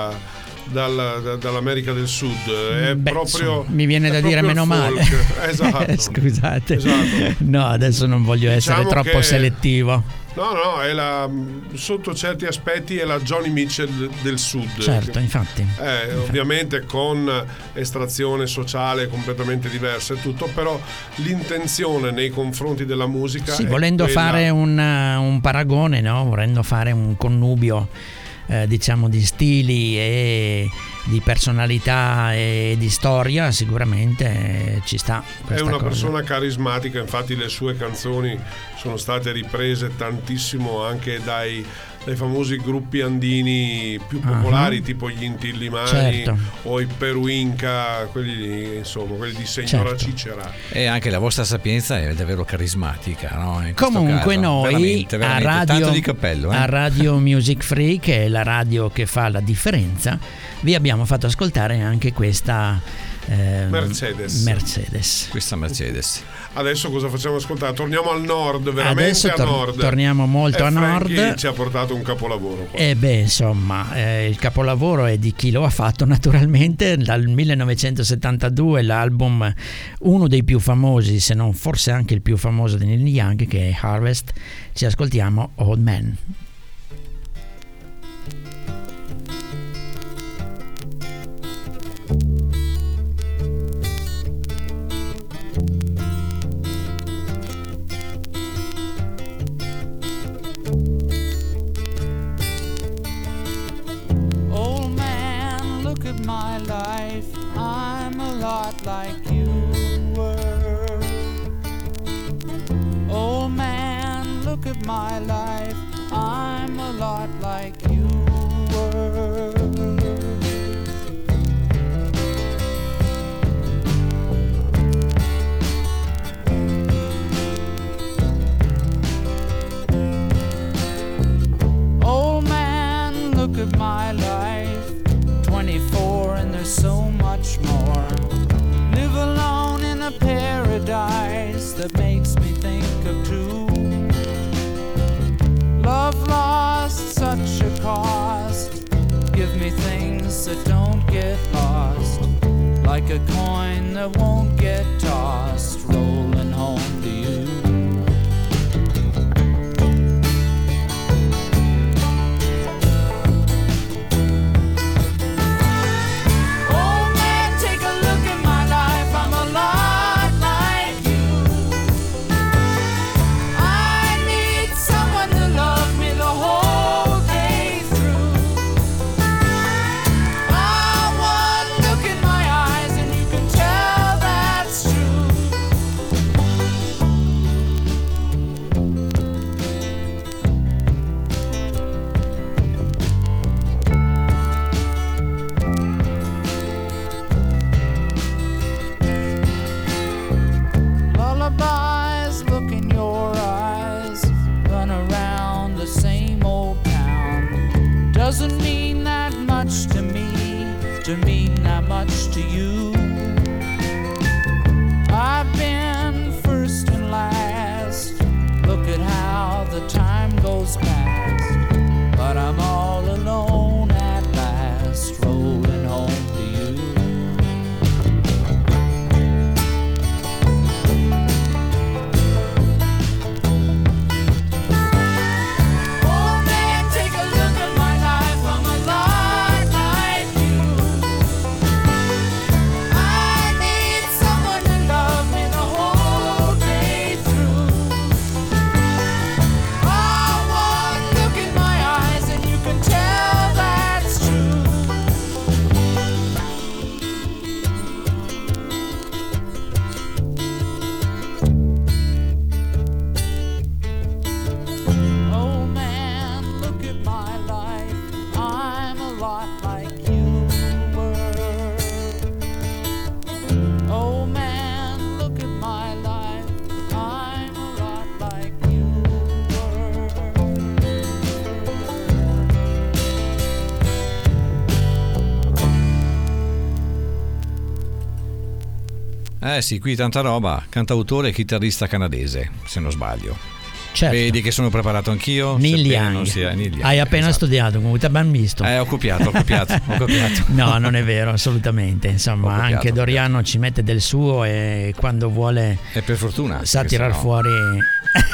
Speaker 3: dall'America del Sud. È proprio
Speaker 4: mi viene da dire meno male.
Speaker 3: Esatto.
Speaker 4: Scusate.
Speaker 3: Esatto.
Speaker 4: No, adesso non voglio essere troppo selettivo.
Speaker 3: No, è sotto certi aspetti è la Joni Mitchell del Sud.
Speaker 4: Certo, infatti.
Speaker 3: Ovviamente con estrazione sociale completamente diversa e tutto, però l'intenzione nei confronti della musica
Speaker 4: sì, volendo fare un paragone, no? Volendo fare un connubio diciamo di stili e di personalità e di storia, sicuramente ci sta.
Speaker 3: È una
Speaker 4: cosa.
Speaker 3: persona carismatica, infatti le sue canzoni sono state riprese tantissimo anche dai famosi gruppi andini più popolari, tipo gli Inti Illimani,
Speaker 4: certo,
Speaker 3: o i Peru Inca, quelli di Signora
Speaker 4: certo,
Speaker 3: Cicera.
Speaker 2: E anche la vostra sapienza è davvero carismatica, no? In questo
Speaker 4: Comunque
Speaker 2: caso.
Speaker 4: noi
Speaker 2: veramente, tanto di cappello,
Speaker 4: a Radio Music Free, che è la radio che fa la differenza, vi abbiamo fatto ascoltare anche questa Mercedes.
Speaker 2: Questa Mercedes.
Speaker 3: Adesso cosa facciamo ascoltare? Torniamo al nord, veramente
Speaker 4: adesso
Speaker 3: a nord.
Speaker 4: Torniamo molto a
Speaker 3: Frankie
Speaker 4: nord.
Speaker 3: ci ha portato un capolavoro qua.
Speaker 4: E beh, insomma, il capolavoro è di chi lo ha fatto, naturalmente. Dal 1972 l'album, uno dei più famosi, se non forse anche il più famoso di Neil Young, che è Harvest. Ci ascoltiamo Old Man.
Speaker 9: My life, I'm a lot like you were. Oh man, look at my life, I'm a lot like you were. Oh man, look at my life, 24 and there's so much more. Live alone in a paradise that makes me think of two. Love lost, such a cost. Give me things that don't get lost, like a coin that won't get tossed, rolling home to you. Doesn't mean that much to me, to mean that much to you. I've been first and last, look at how the time goes past, but I'm all alone at last, rolling home to you.
Speaker 2: Sì, qui tanta roba, cantautore e chitarrista canadese, se non sbaglio.
Speaker 4: Certo.
Speaker 2: Vedi che sono preparato anch'io.
Speaker 4: Neil Young. Hai appena studiato, comunque ti abbiamo visto.
Speaker 2: Ho copiato.
Speaker 4: No, non è vero, assolutamente. Insomma, anche Doriano ci mette del suo e quando vuole
Speaker 2: e per fortuna
Speaker 4: sa tirar fuori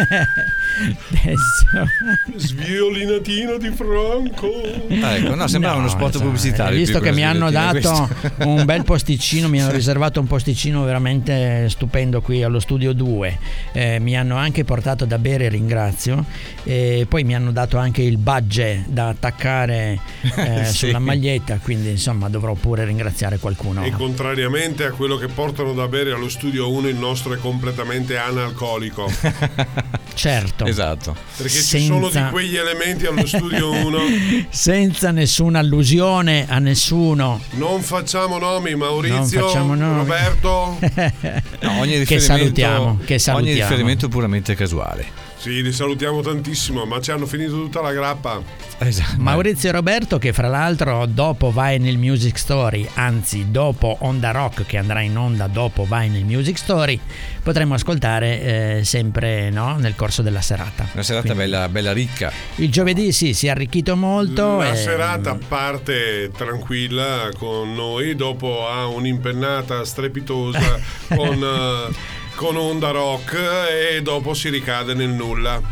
Speaker 3: Sviolinatino di Franco.
Speaker 2: Ecco, no, sembrava uno spot pubblicitario.
Speaker 4: Visto che mi hanno dato un bel posticino, mi hanno riservato un posticino veramente stupendo qui allo studio 2, mi hanno anche portato da bere, ringrazio, e poi mi hanno dato anche il badge da attaccare sulla maglietta, quindi insomma dovrò pure ringraziare qualcuno.
Speaker 3: E contrariamente a quello che portano da bere allo studio 1, il nostro è completamente analcolico.
Speaker 4: Certo,
Speaker 2: esatto,
Speaker 3: perché ci sono di quegli elementi allo studio 1
Speaker 4: senza nessuna allusione a nessuno.
Speaker 3: Non facciamo nomi, Maurizio,
Speaker 2: No,
Speaker 3: Roberto.
Speaker 2: ogni riferimento,
Speaker 4: che salutiamo.
Speaker 2: Ogni riferimento puramente casuale.
Speaker 3: Sì, li salutiamo tantissimo, ma ci hanno finito tutta la grappa.
Speaker 2: Esatto.
Speaker 4: Maurizio e Roberto, che fra l'altro dopo vai nel Music Story, anzi dopo Onda Rock che andrà in onda dopo vai nel Music Story, potremo ascoltare sempre, no, nel corso della serata.
Speaker 2: Una serata bella ricca.
Speaker 4: Il giovedì si è arricchito molto.
Speaker 3: La serata parte tranquilla con noi, dopo ha un'impennata strepitosa con Onda Rock e dopo si ricade nel nulla.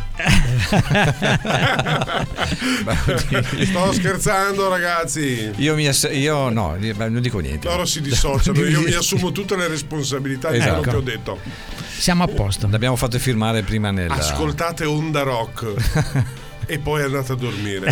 Speaker 3: Sto scherzando, ragazzi.
Speaker 2: Io no, non dico niente.
Speaker 3: Loro si dissociano, io mi assumo tutte le responsabilità di quello che ho detto.
Speaker 4: Siamo a posto.
Speaker 2: L'abbiamo fatto firmare prima nella...
Speaker 3: Ascoltate Onda Rock e poi andate a dormire.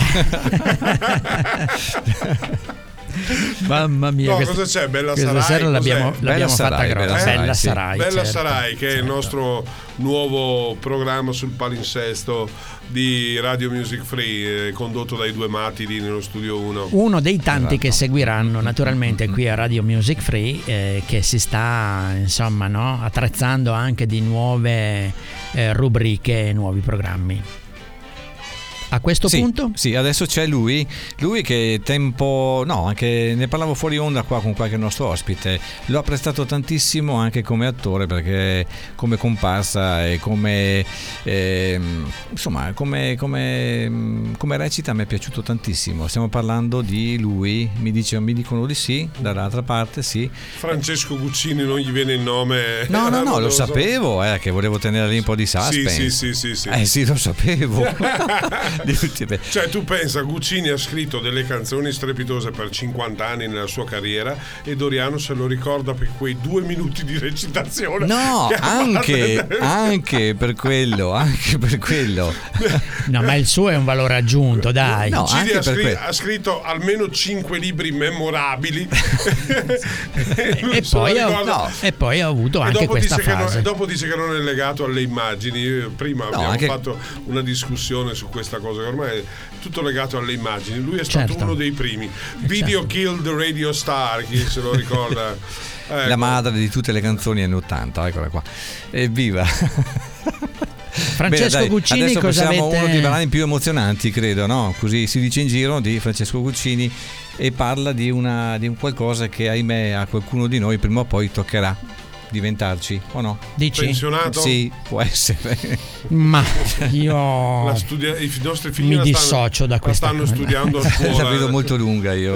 Speaker 4: Mamma mia,
Speaker 3: no, cosa c'è? Bella
Speaker 4: questa
Speaker 3: Sarai,
Speaker 4: sera l'abbiamo
Speaker 2: Bella
Speaker 4: fatta
Speaker 2: Sarai,
Speaker 4: grossa. Bella
Speaker 2: sì.
Speaker 4: Sarai,
Speaker 3: Bella
Speaker 4: certo,
Speaker 3: Sarai, che è il nostro nuovo programma sul palinsesto di Radio Music Free, condotto dai due matti lì nello studio 1.
Speaker 4: Uno dei tanti che seguiranno naturalmente qui a Radio Music Free, che si sta insomma, no, attrezzando anche di nuove rubriche e nuovi programmi. A questo punto?
Speaker 2: Sì, adesso c'è lui che anche ne parlavo fuori onda qua con qualche nostro ospite, l'ho apprezzato tantissimo anche come attore, perché come comparsa e come insomma come recita mi è piaciuto tantissimo. Stiamo parlando di lui, mi dicono di sì, dall'altra parte sì.
Speaker 3: Francesco Guccini, non gli viene il nome?
Speaker 2: No, lo sapevo, che volevo tenere lì un po' di suspense.
Speaker 3: Sì.
Speaker 2: Sì, lo sapevo.
Speaker 3: Cioè tu pensa, Guccini ha scritto delle canzoni strepitose per 50 anni nella sua carriera e Doriano se lo ricorda per quei 2 minuti di recitazione.
Speaker 2: No, anche per quello.
Speaker 4: No, ma il suo è un valore aggiunto, dai.
Speaker 3: No, Guccini ha scritto almeno 5 libri memorabili
Speaker 4: e poi ha avuto anche questa fase.
Speaker 3: Dopo dice che non è legato alle immagini. Prima abbiamo fatto una discussione su questa cosa, che ormai è tutto legato alle immagini. Lui è stato uno dei primi. Video Kill the Radio Star, chi se lo ricorda.
Speaker 2: La madre di tutte le canzoni anni 80, eccola qua. Evviva.
Speaker 4: Francesco Guccini,
Speaker 2: adesso
Speaker 4: cosa
Speaker 2: facciamo
Speaker 4: avete?
Speaker 2: uno dei brani più emozionanti, credo, no? Così si dice in giro di Francesco Guccini e parla di un qualcosa che ahimè a qualcuno di noi prima o poi toccherà diventarci, o no?
Speaker 4: Dici?
Speaker 3: Pensionato?
Speaker 2: Sì, può essere.
Speaker 4: Ma io
Speaker 3: i nostri figli
Speaker 4: mi dissocio da questa
Speaker 3: stanno studiando a scuola.
Speaker 2: La vedo molto lunga io.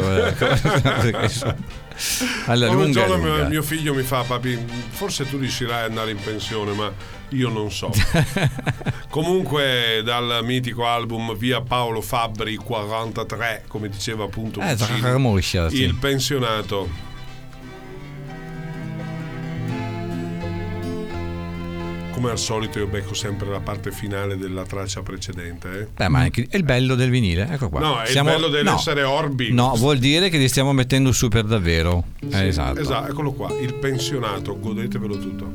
Speaker 2: Alla lunga, lunga.
Speaker 3: Mio figlio mi fa: papi, forse tu riuscirai ad andare in pensione, ma io non so. Comunque dal mitico album Via Paolo Fabbri 43, come diceva appunto Guccini, Il pensionato. Come al solito io becco sempre la parte finale della traccia precedente.
Speaker 2: Beh, ma è il bello del vinile, ecco qua.
Speaker 3: No, è il bello dell'essere orbi.
Speaker 2: No, vuol dire che li stiamo mettendo su per davvero.
Speaker 3: Sì,
Speaker 2: esatto,
Speaker 3: eccolo qua, Il pensionato, godetevelo tutto.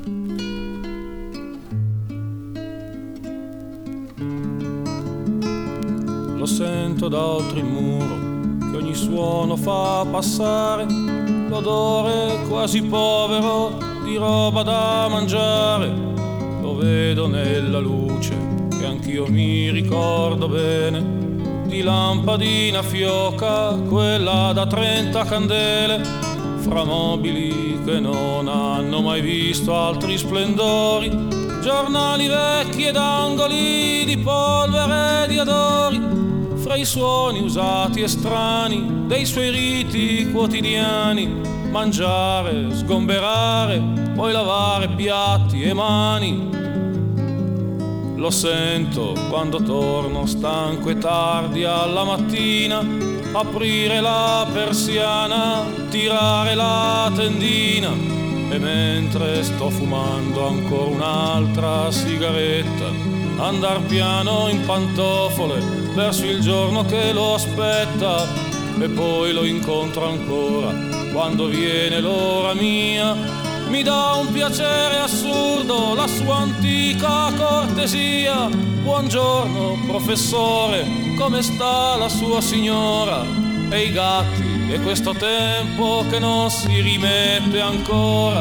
Speaker 10: Lo sento da oltre il muro, che ogni suono fa passare l'odore quasi povero di roba da mangiare. Lo vedo nella luce che anch'io mi ricordo bene, di lampadina fioca, quella da 30 candele, fra mobili che non hanno mai visto altri splendori, giornali vecchi ed angoli di polvere e di odori, fra i suoni usati e strani dei suoi riti quotidiani, mangiare, sgomberare, poi lavare piatti e mani. Lo sento quando torno stanco e tardi alla mattina, aprire la persiana, tirare la tendina, e mentre sto fumando ancora un'altra sigaretta, andar piano in pantofole verso il giorno che lo aspetta, e poi lo incontro ancora quando viene l'ora mia. Mi dà un piacere assurdo la sua antica cortesia. Buongiorno professore, come sta la sua signora? E i gatti e questo tempo che non si rimette ancora.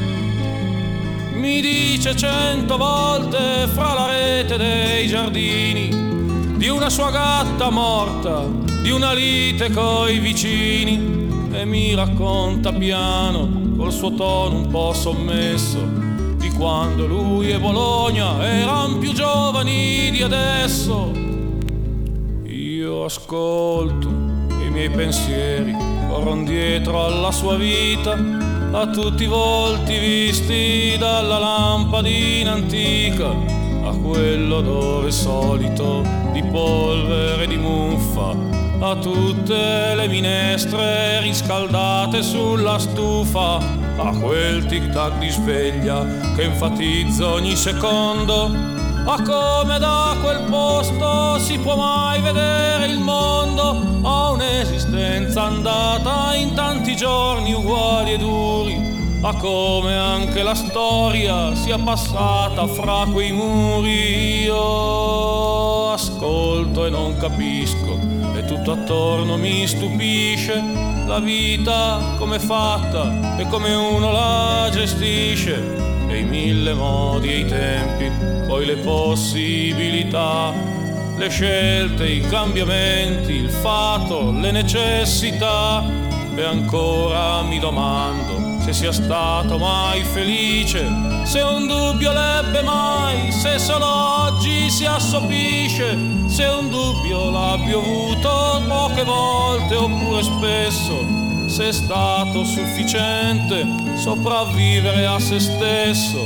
Speaker 10: Mi dice 100 volte fra la rete dei giardini di una sua gatta morta, di una lite coi vicini, e mi racconta piano col suo tono un po' sommesso di quando lui e Bologna eran più giovani di adesso. Io ascolto e i miei pensieri corrono dietro alla sua vita, a tutti i volti visti dalla lampadina antica, a quell'odore solito di polvere e di muffa, a tutte le minestre riscaldate sulla stufa, a quel tic-tac di sveglia che enfatizza ogni secondo, a come da quel posto si può mai vedere il mondo, a un'esistenza andata in tanti giorni uguali e duri, a come anche la storia sia passata fra quei muri. Io ascolto e non capisco, e tutto attorno mi stupisce, la vita com'è fatta e come uno la gestisce, e i 1000 modi e i tempi, poi le possibilità, le scelte, i cambiamenti, il fato, le necessità. E ancora mi domando se sia stato mai felice, se un dubbio l'ebbe mai, se solo oggi si assopisce, se un dubbio l'abbia avuto poche volte oppure spesso, se è stato sufficiente sopravvivere a se stesso.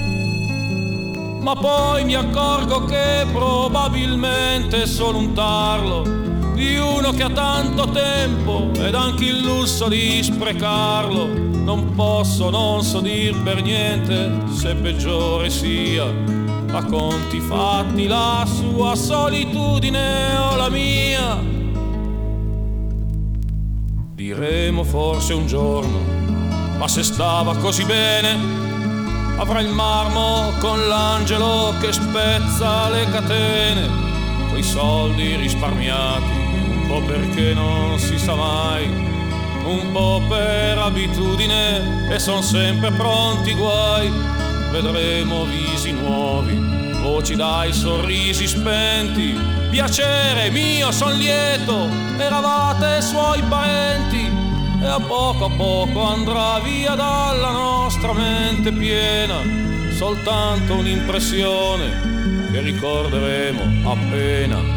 Speaker 10: Ma poi mi accorgo che probabilmente è solo un tarlo di uno che ha tanto tempo ed anche il lusso di sprecarlo. Non posso, non so dir per niente se peggiore sia, a conti fatti la sua solitudine o la mia. Diremo forse un giorno, ma se stava così bene, avrà il marmo con l'angelo che spezza le catene, coi soldi risparmiati, un po' perché non si sa mai, un po' per abitudine, e son sempre pronti guai. Vedremo visi nuovi, voci dai sorrisi spenti, piacere mio son lieto, eravate suoi parenti, e a poco andrà via dalla nostra mente piena soltanto un'impressione che ricorderemo appena.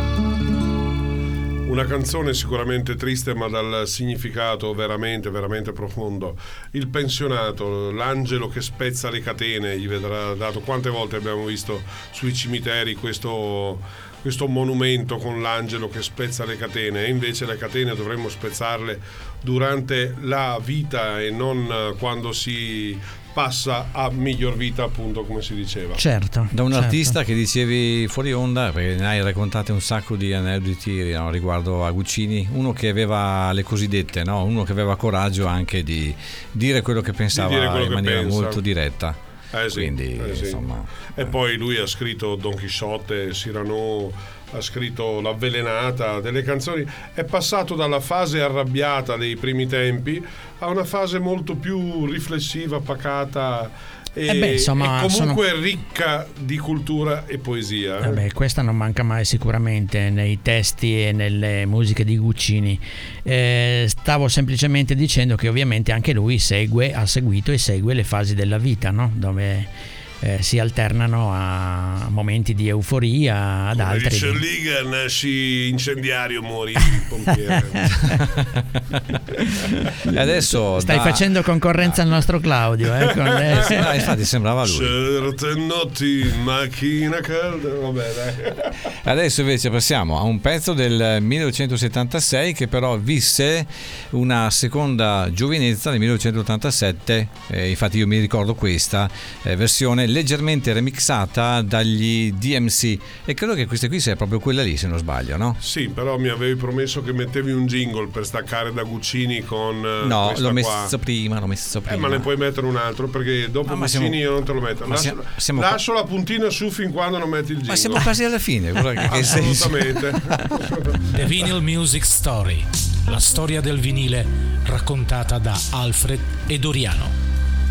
Speaker 3: Una canzone sicuramente triste, ma dal significato veramente, veramente profondo. Il pensionato, l'angelo che spezza le catene, gli vedrà dato. Quante volte abbiamo visto sui cimiteri questo monumento con l'angelo che spezza le catene, e invece le catene dovremmo spezzarle durante la vita e non quando si passa a miglior vita, appunto, come si diceva.
Speaker 4: Certo.
Speaker 2: Da un
Speaker 4: certo.
Speaker 2: artista che dicevi fuori onda, perché ne hai raccontate un sacco di aneddoti, no, riguardo a Guccini, uno che aveva le cosiddette, no? Uno che aveva coraggio anche di dire quello che pensava in maniera molto diretta.
Speaker 3: Sì,
Speaker 2: quindi
Speaker 3: sì.
Speaker 2: insomma.
Speaker 3: E poi lui ha scritto Don Chisciotte, Cyrano, ha scritto L'Avvelenata, delle canzoni. È passato dalla fase arrabbiata dei primi tempi a una fase molto più riflessiva, pacata e comunque ricca di cultura e poesia.
Speaker 4: Questa non manca mai sicuramente nei testi e nelle musiche di Guccini. Stavo semplicemente dicendo che ovviamente anche lui ha seguito e segue le fasi della vita, no? Dove si alternano a momenti di euforia, ad
Speaker 3: Come
Speaker 4: altri.
Speaker 3: dice Liga, nasci incendiario, muori pompiere.
Speaker 2: E adesso
Speaker 4: Stai facendo concorrenza al nostro Claudio, con le...
Speaker 2: infatti sembrava lui.
Speaker 3: Certe notti in macchina calda. Vabbè, dai.
Speaker 2: Adesso invece passiamo a un pezzo del 1976 che però visse una seconda giovinezza nel 1987, infatti io mi ricordo questa versione leggermente remixata dagli DMC e credo che questa qui sia proprio quella lì, se non sbaglio, no?
Speaker 3: Sì, però mi avevi promesso che mettevi un jingle per staccare da Guccini con
Speaker 2: No, l'ho messo
Speaker 3: qua.
Speaker 2: prima.
Speaker 3: Ma ne puoi mettere un altro perché dopo Guccini io non te lo metto. Lascio la puntina su fin quando non metti il jingle.
Speaker 2: Ma siamo quasi alla fine.
Speaker 3: Assolutamente.
Speaker 1: The Vinyl Music Story, la storia del vinile raccontata da Alfred e Doriano.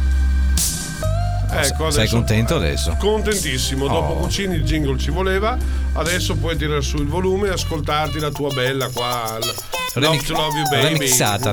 Speaker 3: Ecco, adesso,
Speaker 2: sei contento adesso?
Speaker 3: Contentissimo. Dopo Guccini il jingle ci voleva. Adesso puoi tirare su il volume e ascoltarti la tua bella qua. Love to Love You Baby.
Speaker 2: Remixata.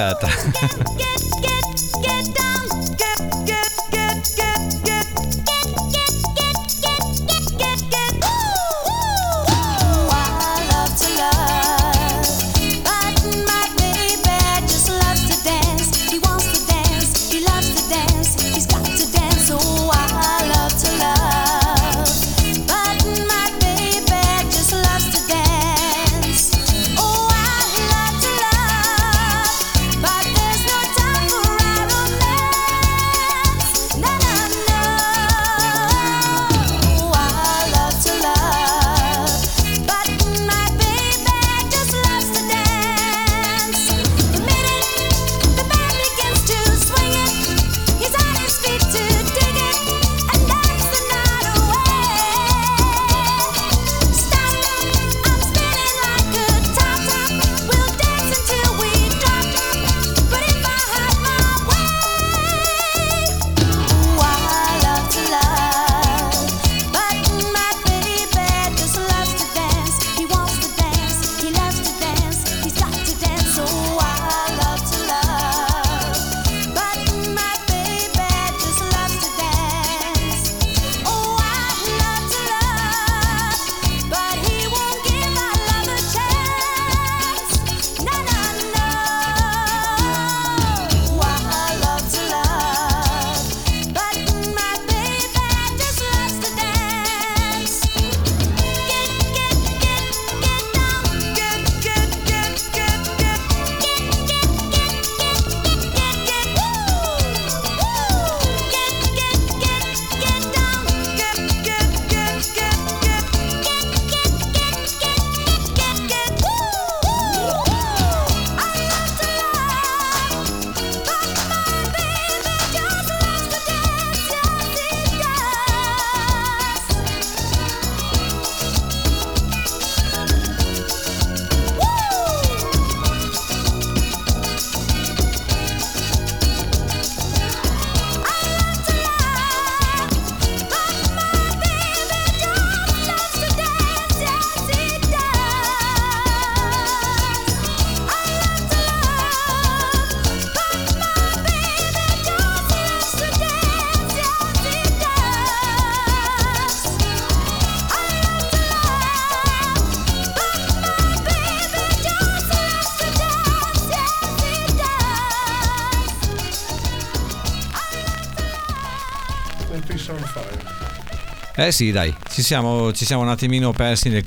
Speaker 2: Sì, dai, ci siamo un attimino persi nel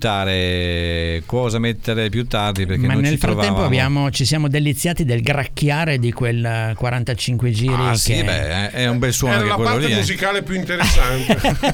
Speaker 2: consultare cosa mettere più tardi, perché
Speaker 4: ma
Speaker 2: non
Speaker 4: nel
Speaker 2: ci
Speaker 4: frattempo
Speaker 2: trovavamo.
Speaker 4: ci siamo deliziati del gracchiare di quel 45 giri.
Speaker 2: Ah, sì, beh, è un bel suono
Speaker 3: era
Speaker 2: che
Speaker 3: la
Speaker 2: quello
Speaker 3: parte
Speaker 2: lì.
Speaker 3: musicale più interessante.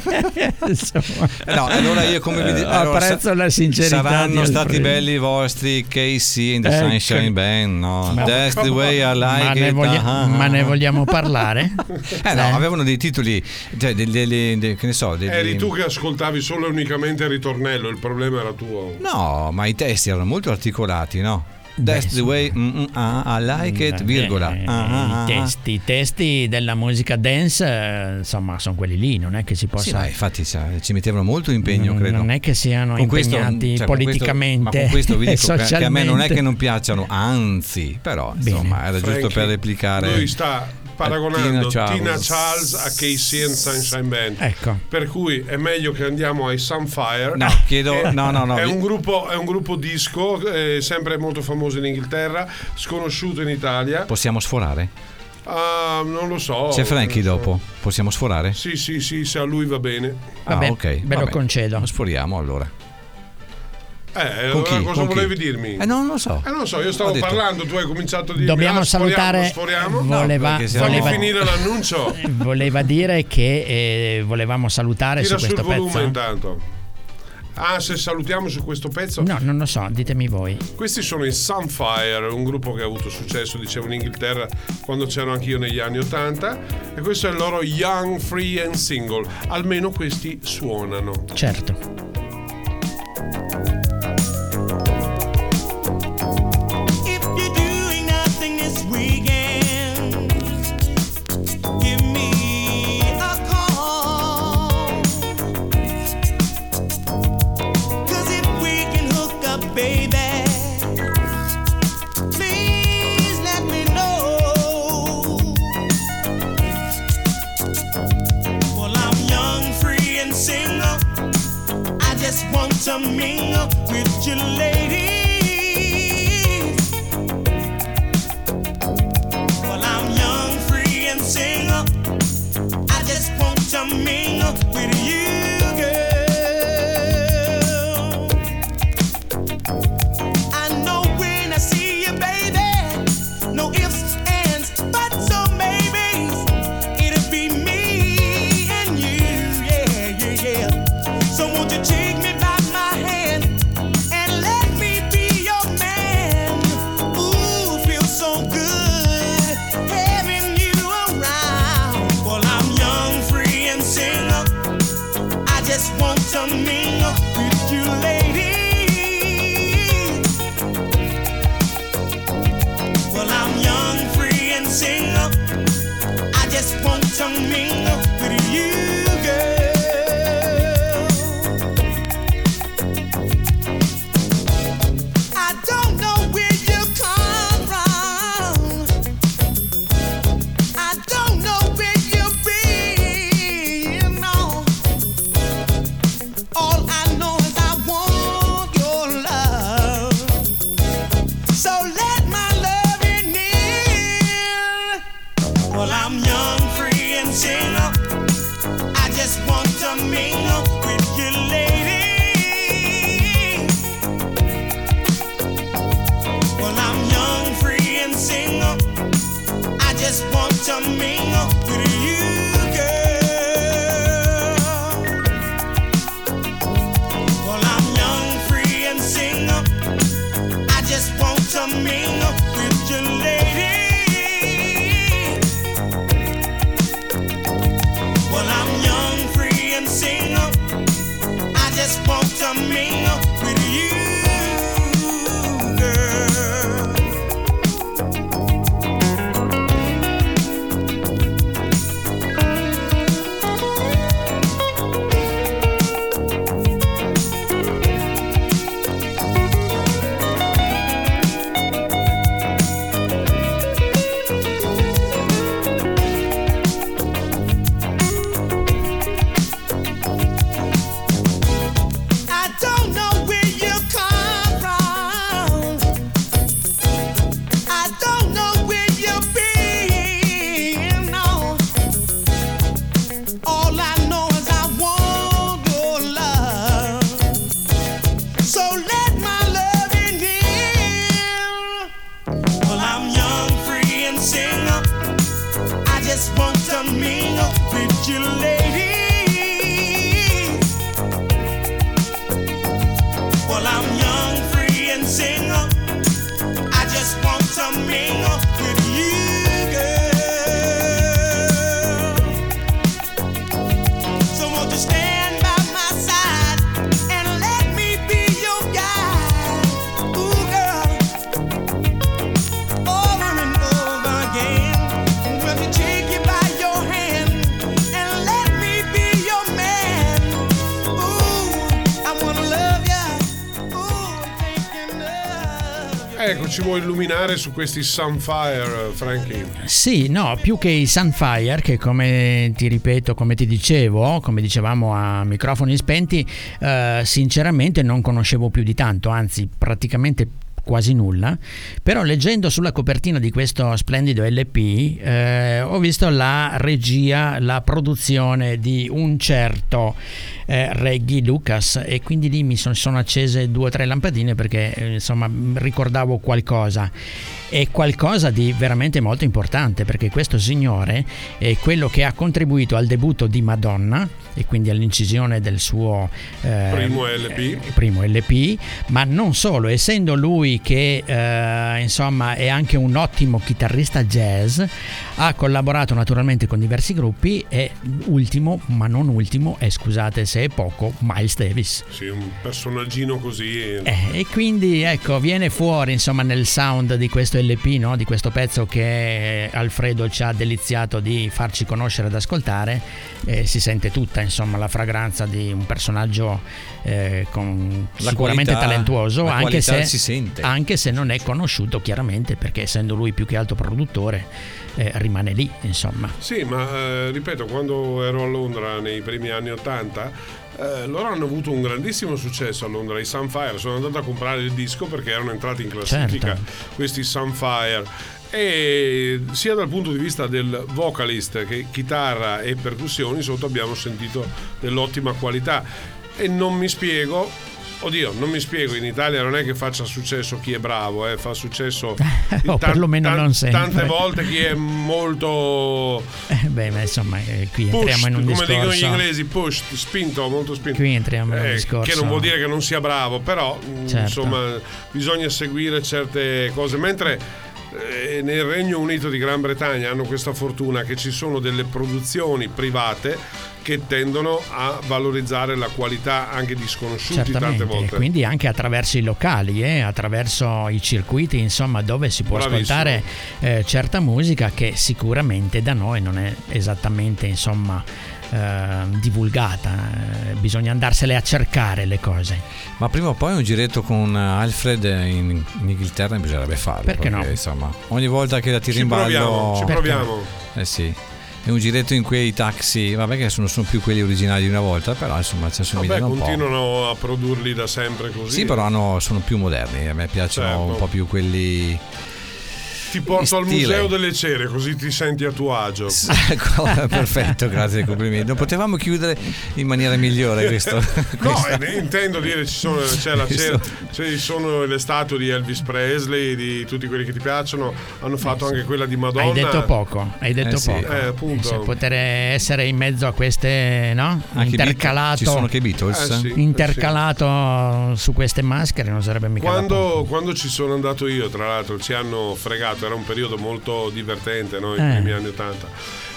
Speaker 2: No, allora io come vi dico,
Speaker 4: apprezzo la sincerità.
Speaker 2: Saranno
Speaker 4: di
Speaker 2: stati
Speaker 4: Alfredo.
Speaker 2: belli i vostri KC in the
Speaker 4: Ecco.
Speaker 2: Sunshine Band, no?
Speaker 4: Ma-
Speaker 2: That's the way I like
Speaker 4: ma,
Speaker 2: it.
Speaker 4: ma ne vogliamo parlare?
Speaker 2: No, avevano dei titoli, cioè che ne so,
Speaker 3: Eri tu che ascoltavi solo e unicamente il ritornello, il problema era tuo.
Speaker 2: No, ma i testi erano molto articolati, no? That's the way I like it, virgola.
Speaker 4: I testi della musica dance, insomma, sono quelli lì, non è che si possa.
Speaker 2: Sì, ma infatti ci mettevano molto impegno, credo.
Speaker 4: Non è che siano
Speaker 2: Con questo,
Speaker 4: impegnati politicamente.
Speaker 2: ma con questo vi
Speaker 4: e
Speaker 2: dico che a me non è
Speaker 4: socialmente.
Speaker 2: che non piacciono, anzi, però insomma era
Speaker 3: Frankie,
Speaker 2: giusto per replicare.
Speaker 3: Lui sta paragonando Tina Charles a KC and Sunshine Band.
Speaker 4: Ecco.
Speaker 3: Per cui è meglio che andiamo ai Sunfire.
Speaker 2: No, chiedo. No.
Speaker 3: È un gruppo disco, sempre molto famoso in Inghilterra, sconosciuto in Italia.
Speaker 2: Possiamo sforare?
Speaker 3: Non lo so.
Speaker 2: C'è Frankie dopo? Possiamo sforare?
Speaker 3: Sì, se a lui va bene.
Speaker 4: Vabbè,
Speaker 2: ok.
Speaker 4: Ve lo concedo.
Speaker 2: Sforiamo allora.
Speaker 3: Con chi? Cosa volevi dirmi?
Speaker 2: Non lo so.
Speaker 3: Non so, io stavo parlando, tu hai cominciato a dirmi
Speaker 4: dobbiamo salutare.
Speaker 3: Sforiamo.
Speaker 4: Voleva
Speaker 3: finire l'annuncio.
Speaker 4: Voleva dire che volevamo salutare
Speaker 3: Tira
Speaker 4: su questo
Speaker 3: sul volume
Speaker 4: pezzo.
Speaker 3: Intanto. Se salutiamo su questo pezzo?
Speaker 4: No, non lo so, ditemi voi.
Speaker 3: Questi sono i Sunfire, un gruppo che ha avuto successo, dicevo, in Inghilterra quando c'ero anch'io negli anni 80, e questo è il loro Young, Free and Single. Almeno questi suonano.
Speaker 4: Certo.
Speaker 6: To mingle with your ladies. Well, I'm young, free, and single. I just want to mingle with you, girl. I know when I see you, baby, no ifs, ands, buts, or maybes. It'll be me and you, yeah. So won't you take me by and let me be your man. Ooh, feels so good having you around. Well, I'm young, free, and single. I just want to mingle with you, ladies. Well, I'm young, free, and single. I just want to mingle with you, girl.
Speaker 3: Ecco, ci vuoi illuminare su questi Sunfire, Frankie?
Speaker 4: Sì, no, più che i Sunfire, che come ti ripeto, come ti dicevo, come dicevamo a microfoni spenti, sinceramente non conoscevo più di tanto, anzi praticamente quasi nulla, però leggendo sulla copertina di questo splendido LP ho visto la regia, la produzione di un certo Reggie Lucas, e quindi lì mi sono accese 2 o 3 lampadine, perché insomma ricordavo qualcosa, e qualcosa di veramente molto importante, perché questo signore è quello che ha contribuito al debutto di Madonna e quindi all'incisione del suo primo LP, ma non solo, essendo lui che insomma è anche un ottimo chitarrista jazz, ha collaborato naturalmente con diversi gruppi, e ultimo ma non ultimo, e scusate se è poco, Miles Davis.
Speaker 3: Sì, un personaggino così.
Speaker 4: E quindi ecco, viene fuori insomma nel sound di questo LP, no? Di questo pezzo che Alfredo ci ha deliziato di farci conoscere ed ascoltare, si sente tutta insomma la fragranza di un personaggio con sicuramente talentuoso, anche se non è conosciuto chiaramente, perché essendo lui più che altro produttore rimane lì insomma.
Speaker 3: Sì, ma ripeto, quando ero a Londra nei primi anni 80 loro hanno avuto un grandissimo successo a Londra, i Sunfire. Sono andato a comprare il disco perché erano entrati in classifica, certo, questi Sunfire, e sia dal punto di vista del vocalist che chitarra e percussioni sotto abbiamo sentito dell'ottima qualità, e non mi spiego, in Italia non è che faccia successo chi è bravo, fa successo
Speaker 4: perlomeno non sempre.
Speaker 3: Tante volte chi è molto
Speaker 4: ma insomma qui
Speaker 3: pushed,
Speaker 4: entriamo in un discorso,
Speaker 3: come dicono gli inglesi, pushed, molto spinto.
Speaker 4: Qui entriamo in un discorso
Speaker 3: che non vuol dire che non sia bravo, però
Speaker 4: certo,
Speaker 3: insomma bisogna seguire certe cose, mentre nel Regno Unito di Gran Bretagna hanno questa fortuna che ci sono delle produzioni private che tendono a valorizzare la qualità anche di sconosciuti.
Speaker 4: Certamente,
Speaker 3: tante volte,
Speaker 4: quindi anche attraverso i locali, attraverso i circuiti insomma, dove si può ascoltare certa musica che sicuramente da noi non è esattamente insomma divulgata, bisogna andarsele a cercare le cose.
Speaker 2: Ma prima o poi un giretto con Alfred in Inghilterra bisognerebbe farlo,
Speaker 4: perché no?
Speaker 2: Insomma, ogni volta che la tiri in ballo
Speaker 3: ci proviamo.
Speaker 2: Sì, è un giretto in quei taxi, vabbè, che sono più quelli originali di una volta, però insomma ci assomigliano un po'.
Speaker 3: Continuano a produrli da sempre così.
Speaker 2: Sì, però sono più moderni, a me piacciono, certo, un po' più quelli.
Speaker 3: Ti porto al Museo delle Cere, così ti senti a tuo agio.
Speaker 2: Ecco, perfetto, grazie, complimenti. Non potevamo chiudere in maniera migliore questo.
Speaker 3: No, intendo dire, ci sono le statue di Elvis Presley, di tutti quelli che ti piacciono. Hanno fatto anche quella di Madonna.
Speaker 4: Hai detto poco.
Speaker 3: Appunto.
Speaker 4: Se poter essere in mezzo a queste, no?
Speaker 2: Anche
Speaker 4: intercalato.
Speaker 2: Ci sono anche Beatles.
Speaker 4: Intercalato su queste maschere non sarebbe mica
Speaker 3: quando ci sono andato io, tra l'altro, ci hanno fregato. Era un periodo molto divertente, no? I primi anni 80,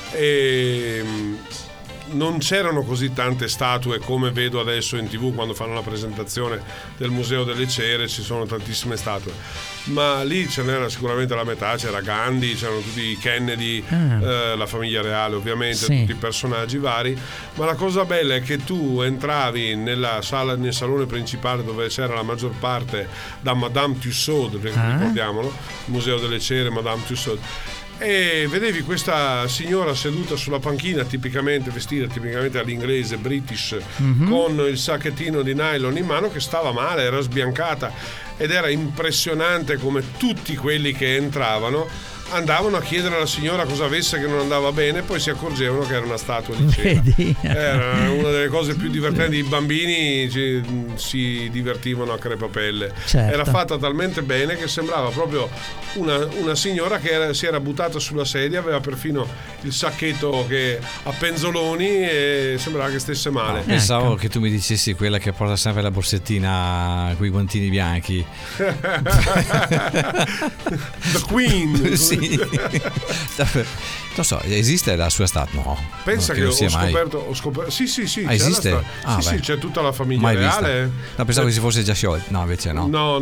Speaker 3: e non c'erano così tante statue come vedo adesso in TV quando fanno la presentazione del Museo delle Cere. Ci sono tantissime statue, ma lì ce n'era sicuramente la metà. C'era Gandhi, c'erano tutti i Kennedy, la famiglia reale ovviamente, tutti i personaggi vari. Ma la cosa bella è che tu entravi nel salone principale dove c'era la maggior parte da Madame Tussauds, perché ricordiamolo, Museo delle Cere, Madame Tussauds, e vedevi questa signora seduta sulla panchina, vestita tipicamente all'inglese British, con il sacchettino di nylon in mano, che stava male, era sbiancata, ed era impressionante come tutti quelli che entravano andavano a chiedere alla signora cosa avesse che non andava bene, poi si accorgevano che era una statua di cera. Era una delle cose più divertenti. I bambini si divertivano a crepapelle.
Speaker 4: Certo.
Speaker 3: Era fatta talmente bene che sembrava proprio una signora che si era buttata sulla sedia, aveva perfino il sacchetto a penzoloni e sembrava che stesse male.
Speaker 2: Pensavo che tu mi dicessi quella che porta sempre la borsettina con i guantini bianchi.
Speaker 3: The Queen.
Speaker 2: Sì. Non so, esiste la sua statua? No.
Speaker 3: Pensa che ho scoperto. Sì.
Speaker 2: Esiste?
Speaker 3: Sì, c'è tutta la famiglia reale.
Speaker 2: No, pensavo che si fosse già sciolta. No, invece no.
Speaker 3: No.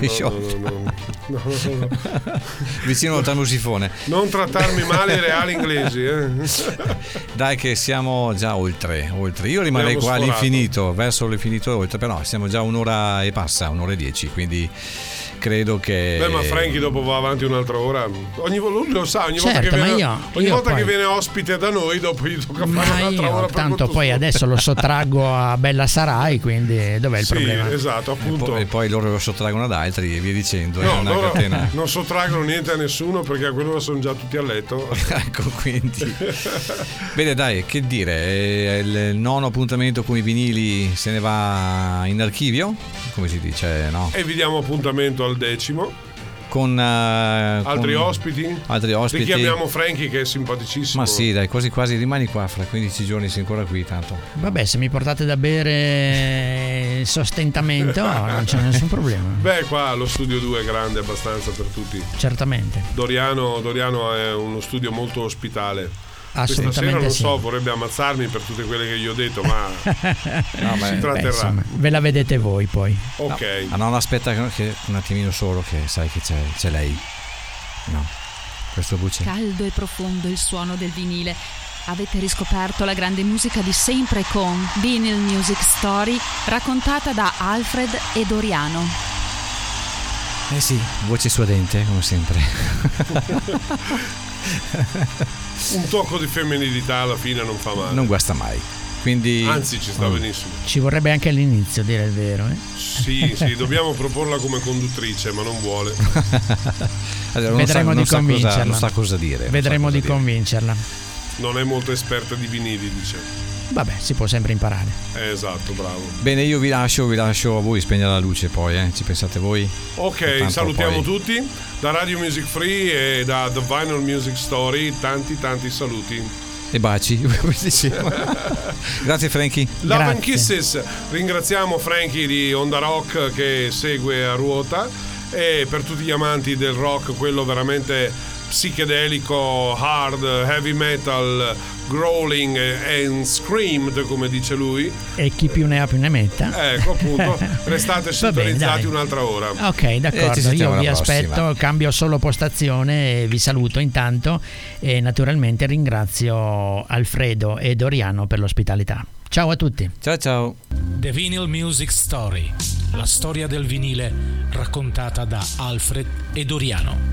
Speaker 2: Vicino al termosifone.
Speaker 3: Non trattarmi male i reali inglesi.
Speaker 2: Dai, che siamo già oltre. Io rimarrei qua all'infinito, verso l'infinito oltre, però siamo già un'ora e passa, un'ora e 10, quindi credo che...
Speaker 3: Beh, ma Frankie dopo va avanti un'altra ora. Lui lo sa, ogni volta,
Speaker 4: Certo,
Speaker 3: che,
Speaker 4: ma
Speaker 3: viene,
Speaker 4: io
Speaker 3: ogni volta
Speaker 4: poi-
Speaker 3: che viene ospite da noi, dopo gli tocca fare
Speaker 4: Ma
Speaker 3: un'altra ora
Speaker 4: io
Speaker 3: per
Speaker 4: tanto
Speaker 3: conto
Speaker 4: poi
Speaker 3: suo.
Speaker 4: adesso lo sottraggo a Bella Sarai, quindi dov'è il
Speaker 3: Sì,
Speaker 4: problema?
Speaker 3: esatto, appunto.
Speaker 2: E poi loro lo sottraggono ad altri e via dicendo. È
Speaker 3: No,
Speaker 2: una
Speaker 3: loro
Speaker 2: catena.
Speaker 3: non sottraggono niente a nessuno perché a quell'ora sono già tutti a letto.
Speaker 2: Ecco, quindi. Bene, dai, che dire? Il nono appuntamento con i vinili se ne va in archivio, come si dice, no?
Speaker 3: E vi diamo appuntamento al 10º.
Speaker 2: Con
Speaker 3: Altri
Speaker 2: con
Speaker 3: ospiti?
Speaker 2: altri ospiti.
Speaker 3: Richiamiamo Frankie che è simpaticissimo.
Speaker 2: Ma sì, dai, quasi quasi rimani qua fra 15 giorni, sei ancora qui tanto.
Speaker 4: Vabbè, se mi portate da bere il sostentamento non c'è nessun problema.
Speaker 3: Beh, qua lo studio 2 è grande abbastanza per tutti.
Speaker 4: Certamente.
Speaker 3: Doriano è uno studio molto ospitale. Questa sera
Speaker 4: Assolutamente
Speaker 3: non
Speaker 4: sì.
Speaker 3: so, vorrebbe ammazzarmi per tutte quelle che gli ho detto, ma
Speaker 2: No,
Speaker 3: si
Speaker 2: beh,
Speaker 3: tratterrà.
Speaker 4: Insomma, ve la vedete voi poi.
Speaker 3: Ok.
Speaker 2: Ah no, aspetta che un attimino solo, che sai che c'è lei. No, questo voce.
Speaker 11: Caldo e profondo il suono del vinile. Avete riscoperto la grande musica di sempre con Vinyl Music Story, raccontata da Alfred e Doriano.
Speaker 2: Eh sì, voce suadente come sempre.
Speaker 3: Un tocco di femminilità alla fine non fa male.
Speaker 2: Non guasta mai. Quindi
Speaker 3: Anzi, ci sta benissimo.
Speaker 4: Ci vorrebbe anche all'inizio, dire il vero.
Speaker 3: Sì, dobbiamo proporla come conduttrice, ma non vuole.
Speaker 2: Allora,
Speaker 4: Vedremo di convincerla.
Speaker 2: Non sa cosa dire.
Speaker 4: Vedremo di convincerla.
Speaker 3: Non è molto esperta di vinili, dice.
Speaker 4: Vabbè, si può sempre imparare.
Speaker 3: Esatto, bravo.
Speaker 2: Bene, io vi lascio a voi spegnere la luce poi, ci pensate voi?
Speaker 3: Ok,
Speaker 2: Tanto
Speaker 3: salutiamo
Speaker 2: poi-
Speaker 3: tutti da Radio Music Free e da The Vinyl Music Story, tanti saluti.
Speaker 2: E baci, come dicevo. Grazie Frankie.
Speaker 3: Love and
Speaker 4: Grazie.
Speaker 3: Kisses. Ringraziamo Frankie di Onda Rock che segue a ruota, e per tutti gli amanti del rock, quello veramente psichedelico, hard, heavy metal, growling and screamed, come dice lui.
Speaker 4: E chi più ne ha più ne metta.
Speaker 3: Ecco, appunto, restate
Speaker 4: Va bene,
Speaker 3: sintonizzati
Speaker 4: dai.
Speaker 3: un'altra ora.
Speaker 4: Ok,
Speaker 2: ci
Speaker 4: d'accordo,
Speaker 2: sentiamo
Speaker 4: io vi
Speaker 2: alla prossima.
Speaker 4: aspetto, cambio solo postazione e vi saluto intanto e naturalmente ringrazio Alfredo e Doriano per l'ospitalità. Ciao a tutti.
Speaker 2: Ciao ciao.
Speaker 1: The Vinyl Music Story, la storia del vinile raccontata da Alfred e Doriano.